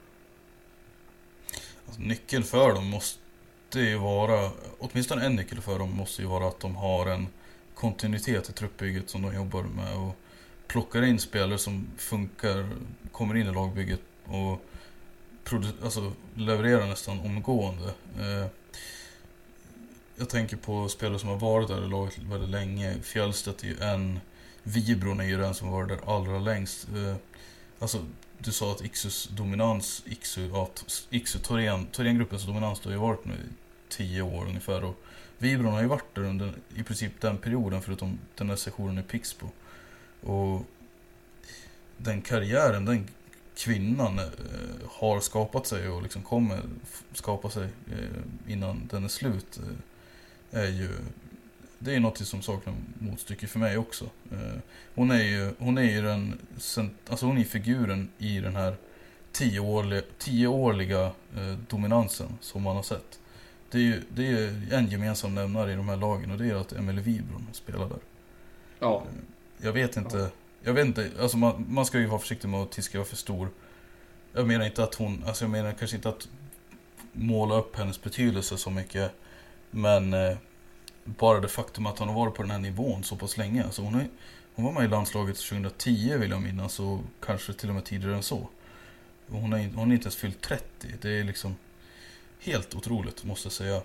Alltså, nyckeln för dem måste ju vara, åtminstone en nyckel för dem måste ju vara att de har en kontinuitet i truppbygget som de jobbar med och plockar in spelare som funkar, kommer in i lagbygget och levererar nästan omgående. Jag tänker på spelare som har varit där i laget väldigt länge. Fjällstedt är ju en, Vibron är ju den som var där allra längst. Alltså, du sa att Iksus dominans, Thorengruppens dominans har ju varit nu 10 år ungefär, och Vibron har ju varit där under i princip den perioden, förutom den här sessionen i Pixbo. Och den karriären, den kvinnan har skapat sig och liksom kommer skapa sig innan den är slut, det är något som saknar motstycke för mig också. Hon är ju hon är figuren i den här 10-åriga dominansen som man har sett. Det är en gemensam nämnare i de här lagen, och det är att Emelie Vibron spelar där. Ja. Jag vet inte, alltså man ska ju vara försiktig med att tiska för stor. Jag menar inte att jag menar kanske inte att måla upp hennes betydelse så mycket, men bara det faktum att hon har varit på den här nivån så pass länge. Alltså hon var med i landslaget 2010 vill jag minnas, och kanske till och med tidigare än så. Hon är inte ens fyllt 30. Det är liksom helt otroligt, måste jag säga.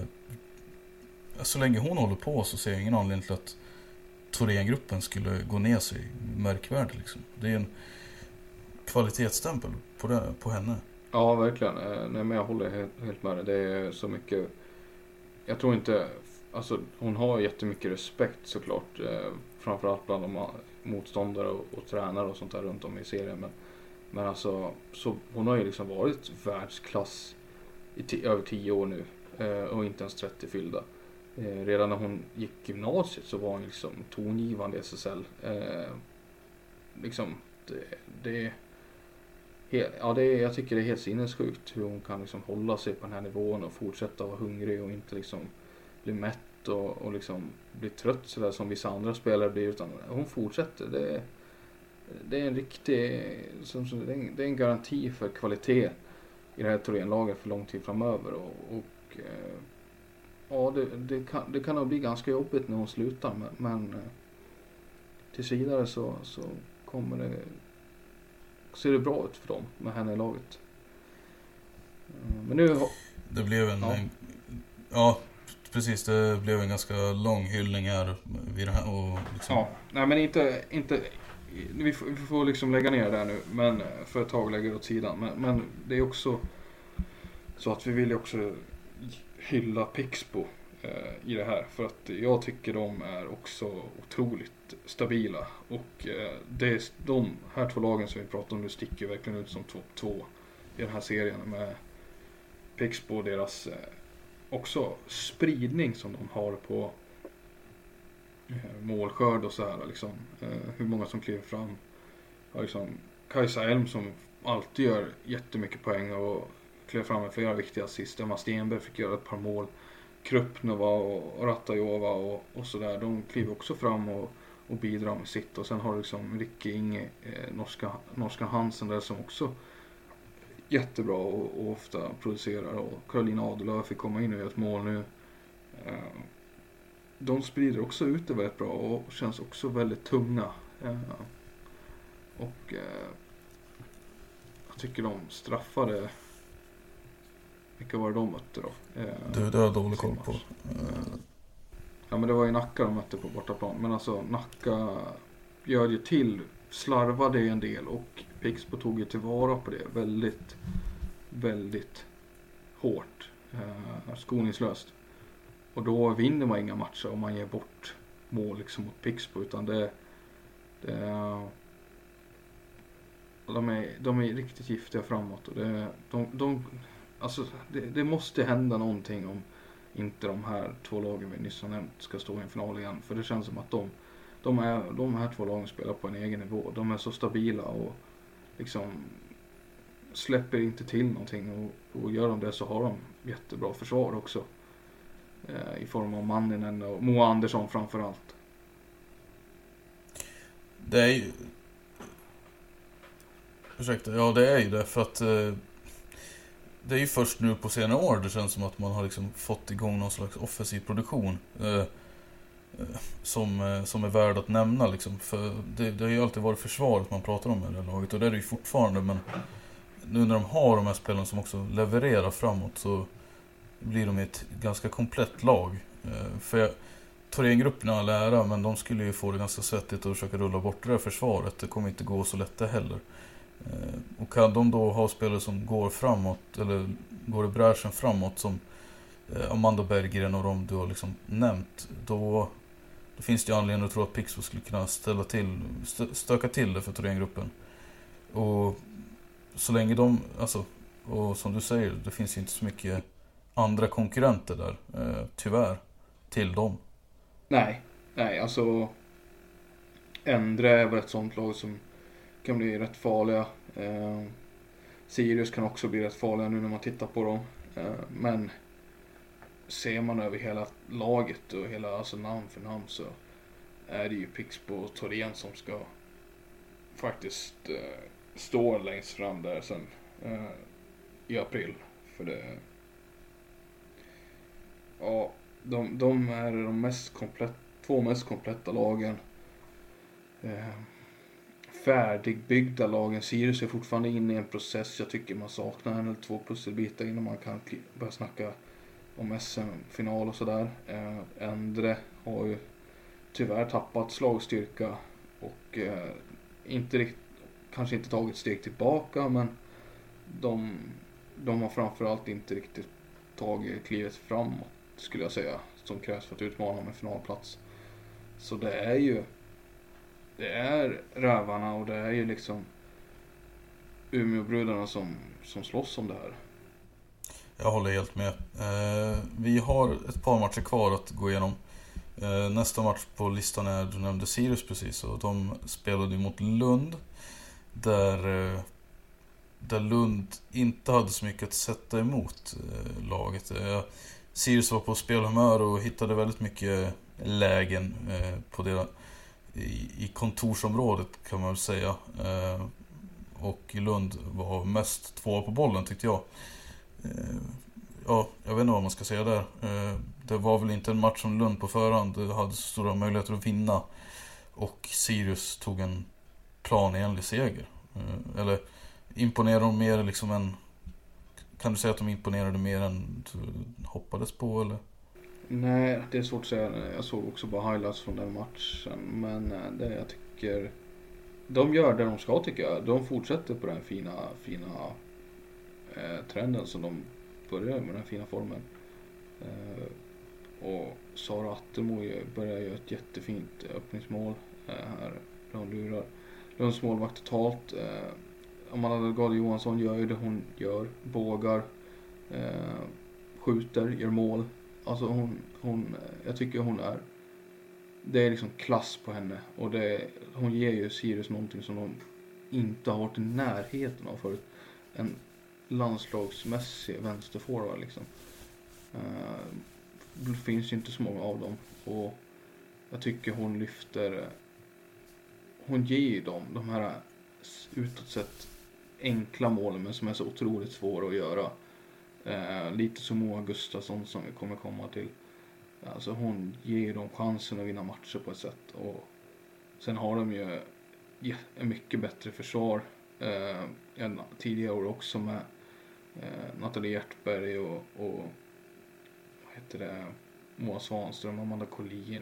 Så länge hon håller på så ser jag ingen anledning till att Thorengruppen skulle gå ner sig märkvärdigt liksom. Det är en kvalitetsstämpel på henne. Ja, verkligen. Nej, men jag håller helt med dig. Det är så mycket. Jag tror inte, alltså hon har jättemycket respekt såklart, framförallt bland de motståndare och tränare och sånt där runt om i serien, men alltså så hon har ju liksom varit världsklass i över 10 år nu, och inte ens 30 fyllda. Redan när hon gick gymnasiet så var hon liksom tongivande i SSL. Liksom jag tycker det är helt sinnessjukt hur hon kan liksom hålla sig på den här nivån och fortsätta vara hungrig och inte liksom bli mätt och liksom bli trött sådär som vissa andra spelare blir, utan hon fortsätter. Det är en riktig, det är en garanti för kvalitet i det här Thorén-laget för lång tid framöver det kan nog bli ganska jobbigt när hon slutar, men tills vidare så ser det bra ut för dem med henne i laget. Men nu det blev precis, det blev en ganska lång hyllning här vid det här och liksom... Ja, nej men inte vi får liksom lägga ner det där nu, men för ett tag lägger det åt sidan, men det är också så att vi vill ju också hylla Pixbo i det här, för att jag tycker de är också otroligt stabila och de här två lagen som vi pratar om nu sticker verkligen ut som topp 2 i den här serien med Pixbo och deras också spridning som de har på målskörd och så här liksom, hur många som kliver fram. Ja, liksom, Kajsa Elm som alltid gör jättemycket poäng och klev fram med flera viktiga assist. Emma Stenberg fick göra ett par mål. Krupnova och Ratajova och sådär. De kliver också fram och bidrar med sitt. Och sen har liksom Ricky Inge, norska Hansen där som också jättebra och ofta producerar. Och Karolina Adelöf fick komma in och göra ett mål nu. De sprider också ut det väldigt bra och känns också väldigt tunga. Jag tycker de straffade. Vilka var det de mötte då? Det har jag dålig koll på. Ja, men det var ju Nacka de mötte på bortaplan. Men alltså Nacka gör ju till, slarvade en del och Pixbo tog ju tillvara på det väldigt, väldigt hårt. Skoningslöst. Och då vinner man inga matcher om man ger bort mål liksom mot Pixbo, utan de är riktigt giftiga framåt och det måste hända någonting om inte de här två lagen vi nyss har nämnt ska stå i en final igen, för det känns som att de här två lagen spelar på en egen nivå. De är så stabila och liksom släpper inte till någonting och gör de det så har de jättebra försvar också. I form av Manninen och Moa Andersson framförallt. Det är ju... det är ju det, för att det är ju först nu på senare år det känns som att man har liksom fått igång någon slags offensiv produktion som är värd att nämna liksom. För det har ju alltid varit försvaret man pratar om i det här laget, och det är det ju fortfarande, men nu när de har de här spelarna som också levererar framåt så blir de ett ganska komplett lag. För Thorén-gruppen är all ära, men de skulle ju få det ganska svettigt att försöka rulla bort det här försvaret. Det kommer inte gå så lätt det heller. Och kan de då ha spelare som går framåt eller går i bräschen framåt som Amanda Berggren och de du har liksom nämnt, då finns det ju anledning att tro att Pixbo skulle kunna stöka till det för Thorén-gruppen. Och så länge de, alltså, och som du säger, det finns ju inte så mycket andra konkurrenter där, tyvärr, till dem. Nej, alltså Endre är väl ett sånt lag som kan bli rätt farliga. Sirius kan också bli rätt farliga nu när man tittar på dem. Men ser man över hela laget och hela, alltså namn för namn, så är det ju Pixbo och Thorén som ska faktiskt stå längst fram där sen i april. För det, ja, de är de två mest kompletta lagen. Färdigbyggda lagen. Sirius är fortfarande inne i en process. Jag tycker man saknar en eller två pusselbitar innan man kan börja snacka om SM-final och sådär. Endre har ju tyvärr tappat slagstyrka och kanske inte tagit steg tillbaka, men de har framförallt inte riktigt tagit klivet framåt, skulle jag säga, som krävs för att utmana med finalplats. Så det är Rävarna och det är ju liksom Umeåbrudarna som slåss om det här. Jag håller helt med. Vi har ett par matcher kvar att gå igenom. Nästa match på listan är, du nämnde Sirius precis, och de spelade mot Lund. Där Lund inte hade så mycket att sätta emot laget. Sirius var på spelhumör och hittade väldigt mycket lägen på deras, i kontorsområdet kan man väl säga. Och Lund var mest två på bollen tyckte jag. Ja, jag vet inte vad man ska säga där. Det var väl inte en match som Lund på förhand. Det hade så stora möjligheter att vinna. Och Sirius tog en planenlig seger. Eller imponerade de mer liksom än... Kan du säga att de imponerade mer än du hoppades på, eller? Nej, det är svårt att säga. Jag såg också bara highlights från den matchen. Men det jag tycker... De gör det de ska, tycker jag. De fortsätter på den fina trenden som de börjar med, den fina formen. Och Sara Attermo börjar göra ett jättefint öppningsmål här. De lurar Lunds målvakt totalt. Amanda Delgado Johansson gör ju det hon gör. Bågar, skjuter, gör mål. Alltså hon jag tycker hon är... Det är liksom klass på henne. Och hon ger ju Sirius någonting som de inte har varit i närheten av förut. En landslagsmässig vänsterforward liksom. Det finns ju inte så många av dem. Och jag tycker hon lyfter... Hon ger ju dem de här utåt sett enkla målen, men som är så otroligt svåra att göra. Lite som Moa Gustafsson som vi kommer komma till. Alltså hon ger dem chansen att vinna matcher på ett sätt. Och sen har de ju en mycket bättre försvar än tidigare år också, med Nathalie Hjertberg och vad heter det, Moa Svanström, Amanda Collin,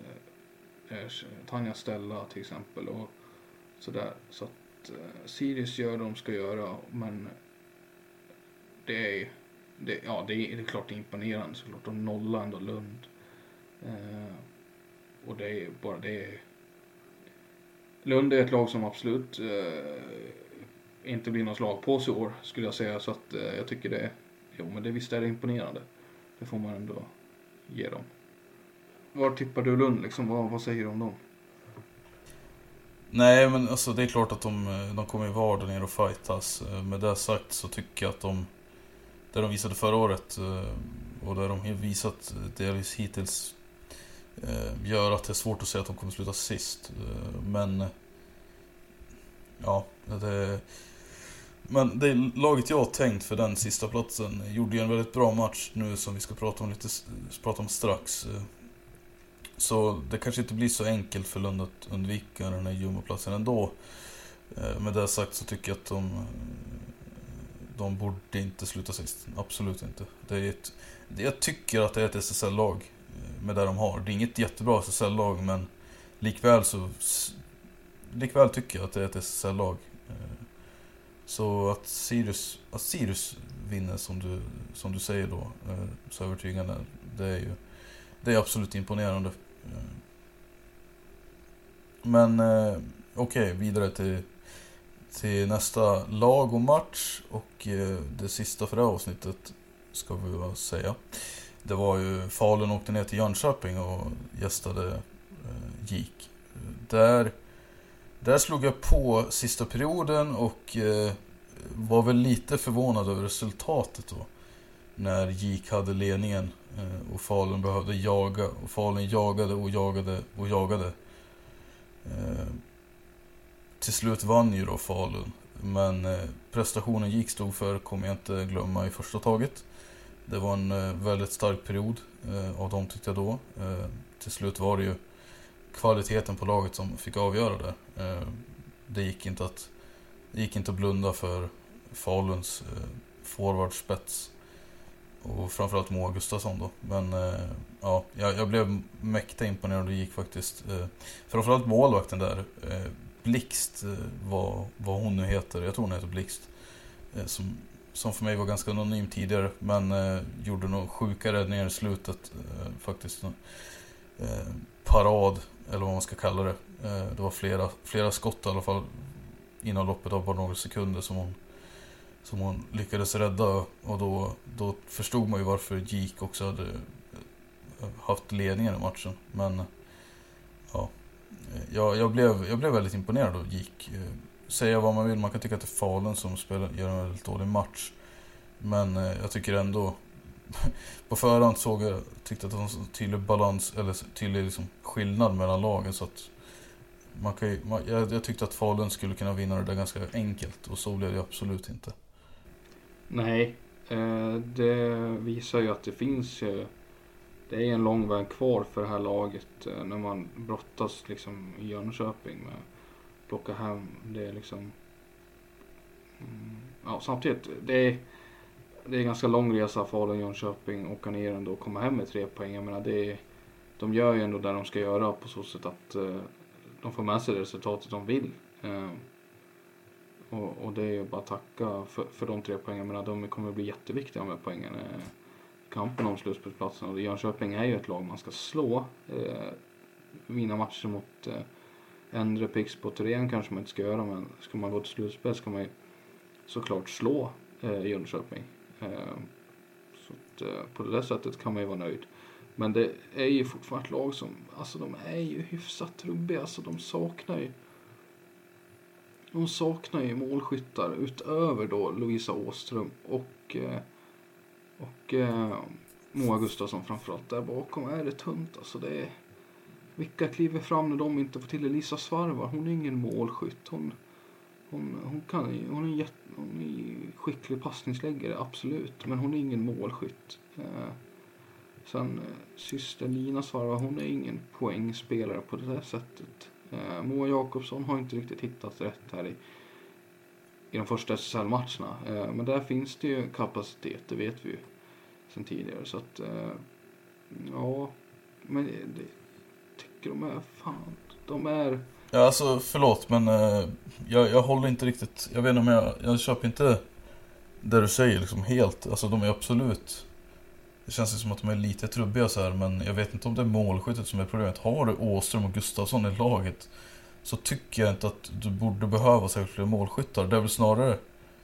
Tanja Stella till exempel och sådär. Så att Sirius gör det de ska göra, men det är klart imponerande såklart. De nollar ändå Lund. Och det är bara det. Lund är ett lag som absolut inte blir någon slag på sig år, skulle jag säga. Så att jag tycker det. Jo, men det visst är det imponerande. Det får man ändå ge dem. Var tippar du Lund liksom? Vad säger du om dem? Nej, men alltså det är klart att de kommer ju vara där nere och fightas. Med det sagt så tycker jag att det de visade förra året och det de har visat delvis hittills gör att det är svårt att säga att de kommer sluta sist. Men ja, men det laget jag har tänkt för den sista platsen gjorde ju en väldigt bra match nu som vi ska prata om strax. Så det kanske inte blir så enkelt för Lund att undvika den här jumboplatsen ändå. Med det sagt så tycker jag att de borde inte sluta sist. Absolut inte. Jag tycker att det är ett SSL-lag med det de har. Det är inget jättebra SSL-lag, men likväl tycker jag att det är ett SSL-lag. Så att Sirius vinner som du säger då, så övertygande, det är absolut imponerande. Men okej, vidare till nästa lag och match. Och det sista för det här avsnittet ska vi väl säga. Det var ju Falun åkte ner till Jönköping och gästade GIK. Där slog jag på sista perioden och var väl lite förvånad över resultatet då. När GIK hade ledningen och Falun behövde jaga. Och Falun jagade. Till slut vann ju då Falun. Men prestationen GIK stod för kommer jag inte glömma i första taget. Det var en väldigt stark period av dem tyckte jag då. Till slut var det ju kvaliteten på laget som fick avgöra det. Det gick inte att blunda för Faluns forwardspets. Och framförallt Moa Gustafsson då. Men ja, jag blev mäkta imponerad och gick faktiskt. Framförallt målvakten där. Blixt, vad hon nu heter. Jag tror hon heter Blixt. Som för mig var ganska anonym tidigare. Men gjorde nog sjuka räddningar i slutet. Faktiskt. Parad, eller vad man ska kalla det. Det var flera skott i alla fall. Inom loppet av bara några sekunder som som hon lyckades rädda, och då förstod man ju varför GIK också hade haft ledningen i matchen. Men ja, jag blev väldigt imponerad av GIK. Säga vad man vill, man kan tycka att det är Falun som gör en väldigt dålig match, men jag tycker ändå på förhand tyckte att det var en tydlig balans, eller tydlig liksom skillnad mellan lagen, så att jag tyckte att Falun skulle kunna vinna det där ganska enkelt, och så blev det absolut inte. Nej, det visar ju att det finns det är en lång väg kvar för det här laget när man brottas liksom i Jönköping med att plocka hem. Det är liksom samtidigt det är ganska lång resa Falun Jönköping, åka ner ändå och komma hem med 3 poäng. Jag menar, de gör ju ändå det de ska göra, på så sätt att de får med sig det resultatet de vill. Och det är ju bara att tacka för de 3 poängen. Men de kommer att bli jätteviktiga med poängen. Kampen om slutspelsplatsen. Och Jönköping är ju ett lag man ska slå. Vinna matcher mot Endre, Pixbo och Thorén kanske man inte ska göra. Men ska man gå till slutspel ska man ju såklart slå Jönköping. Så att, på det där sättet kan man ju vara nöjd. Men det är ju fortfarande ett lag som, alltså de är ju hyfsat trubbiga. Alltså de saknar ju målskyttar utöver då Lovisa Åström och Moa Gustafsson framförallt. Där bakom är det tunt. Alltså det är, vilka kliver fram när de inte får till Elisa Svarvar? Hon är ingen målskytt. Hon är skicklig passningsläggare, absolut. Men hon är ingen målskytt. Sen syster Lina Svarvar, hon är ingen poängspelare på det här sättet. Moa Jakobsson har inte riktigt hittat rätt här i de första SSL-matcherna. Men där finns det ju kapacitet, det vet vi ju sen tidigare. Så att, ja, men det tycker de är... Ja, alltså förlåt, men jag håller inte riktigt, jag vet inte om jag köper inte det du säger liksom helt. Alltså de är absolut, det känns som att de är lite trubbiga så här, men jag vet inte om det är målskyttet som är problemet. Har du Åström och Gustafsson i laget så tycker jag inte att du borde behöva särskilt fler målskyttar. Det är väl snarare,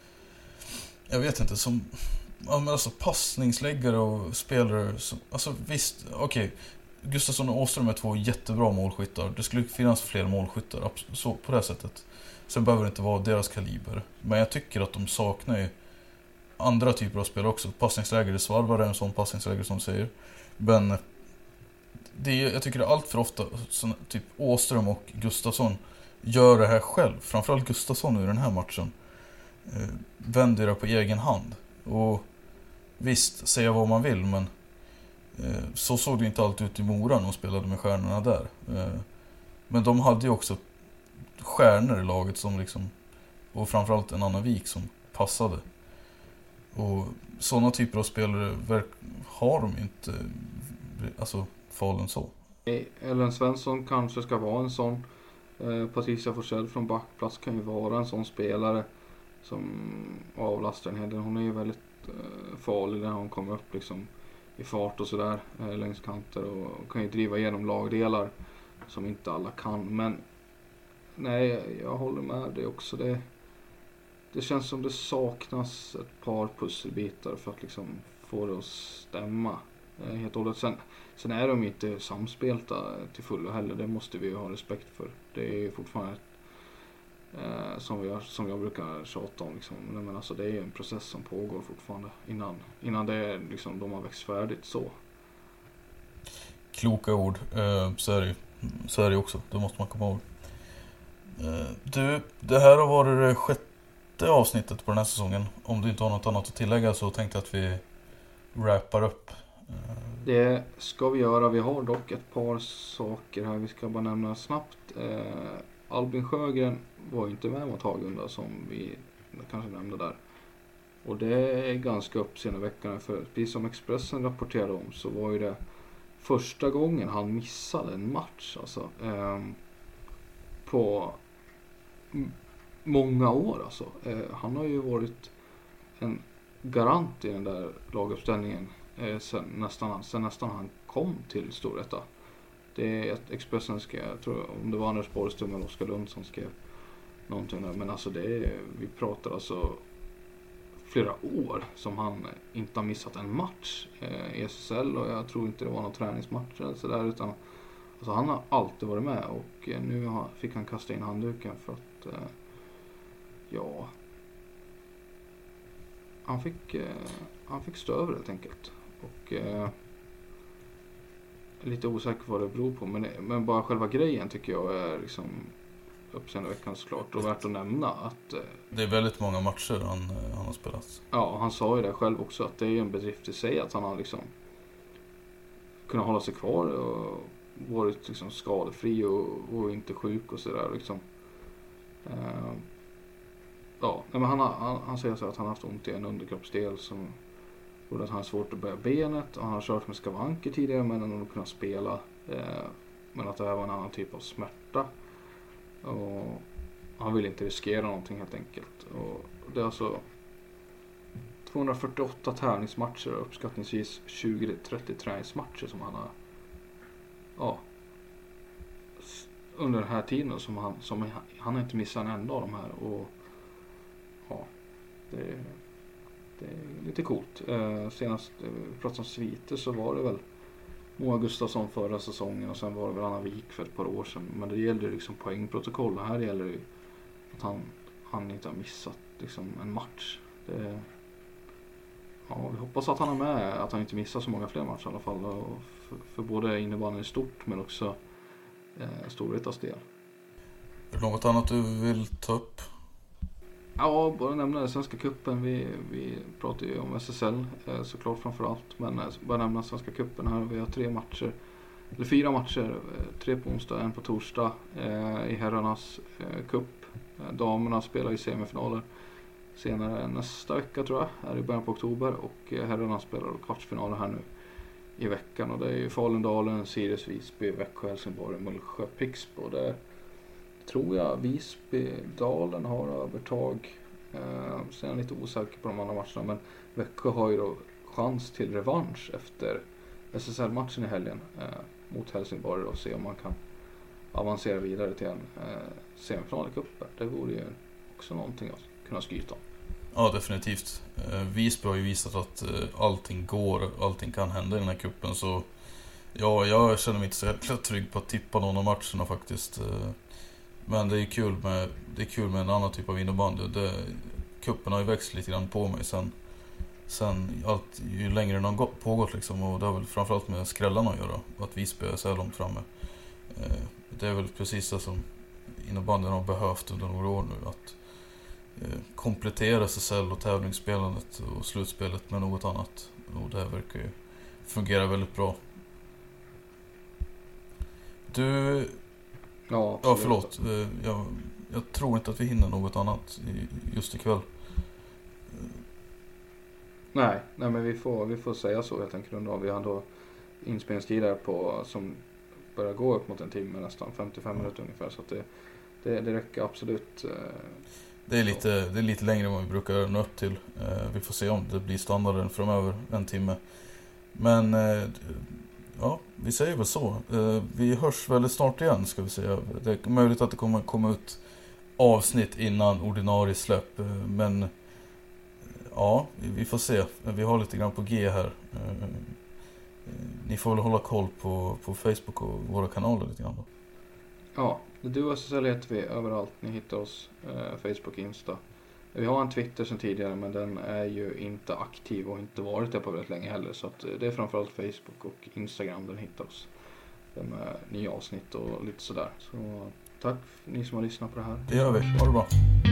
jag vet inte, som alltså passningsläggare och spelare som, alltså visst, okej. Gustafsson och Åström är 2 jättebra målskyttar. Det skulle finnas fler målskyttar så, på det sättet. Sen behöver det inte vara deras kaliber. Men jag tycker att de saknar ju andra typer av spel också. Passningslägare, Svarvar är en sån passningslägare som säger. Men jag tycker att allt för ofta typ Åström och Gustafsson gör det här själv. Framförallt Gustafsson i den här matchen. Vänder det på egen hand. Och visst, säga vad man vill, men så såg det inte alltid ut i Mora när de spelade med stjärnorna där. Men de hade ju också stjärnor i laget som liksom, och framförallt en Anna Wik som passade. Och sådana typer av spelare har de inte, alltså Falun så. Ellen Svensson kanske ska vara en sån. Patricia Forsell från backplats kan ju vara en sån spelare som avlastar en hel del. Hon är ju väldigt farlig när hon kommer upp liksom i fart och sådär längs kanter och kan ju driva igenom lagdelar som inte alla kan. Men nej, jag håller med dig också. Det känns som det saknas ett par pusselbitar för att liksom få det att stämma helt och hållet. Sen är de inte samspelta till fullo heller. Det måste vi ju ha respekt för. Det är ju fortfarande som jag brukar tjata om liksom. Men alltså det är ju en process som pågår fortfarande innan det är liksom de har växt färdigt så. Kloka ord. Så är det också. Det måste man komma ihåg. Det här har varit det 6:e avsnittet på den här säsongen. Om du inte har något annat att tillägga så tänkte jag att vi wrappar upp. Det ska vi göra. Vi har dock ett par saker här vi ska bara nämna snabbt. Albin Sjögren var ju inte med mot Hagunda som vi kanske nämnde där. Och det är ganska uppseendeväckande för precis som Expressen rapporterade om så var ju det första gången han missade en match alltså, på många år alltså. Han har ju varit en garant i den där laguppställningen sen nästan han kom till Storvreta. Det är ett Expressen skrev, jag tror om det var Anders Borgström eller Oskar Lund som skrev någonting där. Men alltså vi pratar alltså flera år som han inte har missat en match i SSL, och jag tror inte det var någon träningsmatch eller sådär, utan alltså, han har alltid varit med, och nu fick han kasta in handduken för att han fick stå över helt enkelt, och lite osäker på vad det beror på, men bara själva grejen tycker jag är liksom uppseendeväckande såklart, och värt att nämna att det är väldigt många matcher han har spelat. Ja, han sa ju det själv också, att det är en bedrift i sig att han har liksom kunnat hålla sig kvar och varit liksom skadefri och inte sjuk och sådär liksom. Men han säger så att han har haft ont i en underkroppsdel som gjorde att han har svårt att böja benet, och han har kört med skavanker tidigare men han har kunnat spela, men att det här var en annan typ av smärta, och han vill inte riskera någonting helt enkelt. Och det är alltså 248 tävlingsmatcher och uppskattningsvis 20-30 träningsmatcher som han har under den här tiden som han har inte missat en enda av de här, och det är lite coolt. Senast vi pratade om sviter så var det väl Moa Gustafsson förra säsongen, och sen var det väl Anna Wik för ett par år sedan, men det gällde liksom poängprotokoll, och här gäller det ju att han inte har missat liksom en match. Vi hoppas att han är med, att han inte missar så många fler matcher i alla fall, och för både innebandyn i stort men också Storvretas del. Är det något annat du vill ta upp? Ja, bara nämna den Svenska cupen. Vi pratar ju om SSL såklart framförallt, men bara nämna Svenska cupen här. Vi har 4 matcher, 3 på onsdag, 1 på torsdag i herrarnas cup. Damerna spelar i semifinaler senare nästa vecka tror jag, är i början på oktober, och herrarna spelar kvartsfinaler här nu i veckan, och det är ju Falundalen, Sirius, Visby, Växjö, Helsingborg, Mullsjö, Pixbo. Det tror jag Visby-dalen har övertag. Sen är jag lite osäker på de andra matcherna, men Växjö har ju då chans till revansch efter SSL-matchen i helgen mot Helsingborg, och se om man kan avancera vidare till en semifinal i cupen. Det vore ju också någonting att kunna skryta om. Ja, definitivt. Visby har ju visat att allting går, allting kan hända i den här cupen, så ja, jag känner mig inte så jäkla trygg på att tippa någon av matcherna faktiskt. Men det är kul med en annan typ av innebandy. Cupen har ju växt lite grann på mig sen ju längre den har pågått liksom, och det har väl framförallt med skrällarna att göra, att Visby är så här långt framme. Det är väl precis det som innebandyn har behövt under några år nu, att komplettera SSL och tävlingsspelandet och slutspelet med något annat, och det verkar ju fungera väldigt bra. Ja, förlåt. Jag tror inte att vi hinner något annat just ikväll. Nej, men vi får säga så helt enkelt. Vi har ändå inspelningstid där på som börjar gå upp mot en timme, nästan 55 minuter ungefär, så att det räcker absolut. Det är lite längre än vad vi brukar nå upp till. Vi får se om det blir standarden framöver, en timme. Men ja, vi säger väl så. Vi hörs väldigt snart igen, ska vi säga. Det är möjligt att det kommer komma ut avsnitt innan ordinarie släpp. Men ja, vi får se. Vi har lite grann på G här. Ni får väl hålla koll på Facebook och våra kanaler lite grann då. Ja, du och SSL heter vi överallt. Ni hittar oss Facebook, Insta. Vi har en Twitter sedan tidigare, men den är ju inte aktiv och inte varit där på väldigt länge heller. Så att det är framförallt Facebook och Instagram den hittar oss. Med nya avsnitt och lite sådär. Så tack för ni som har lyssnat på det här. Det gör vi. Ha det bra.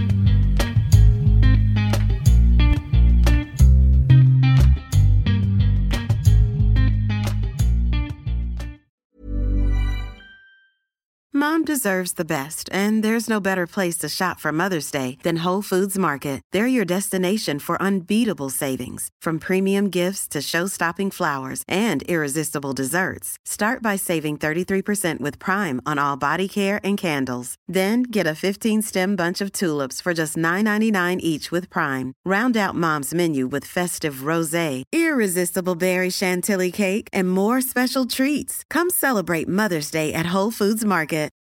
Mom deserves the best, and there's no better place to shop for Mother's Day than Whole Foods Market. They're your destination for unbeatable savings, from premium gifts to show-stopping flowers and irresistible desserts. Start by saving 33% with Prime on all body care and candles. Then get a 15-stem bunch of tulips for just $9.99 each with Prime. Round out Mom's menu with festive rosé, irresistible berry chantilly cake, and more special treats. Come celebrate Mother's Day at Whole Foods Market.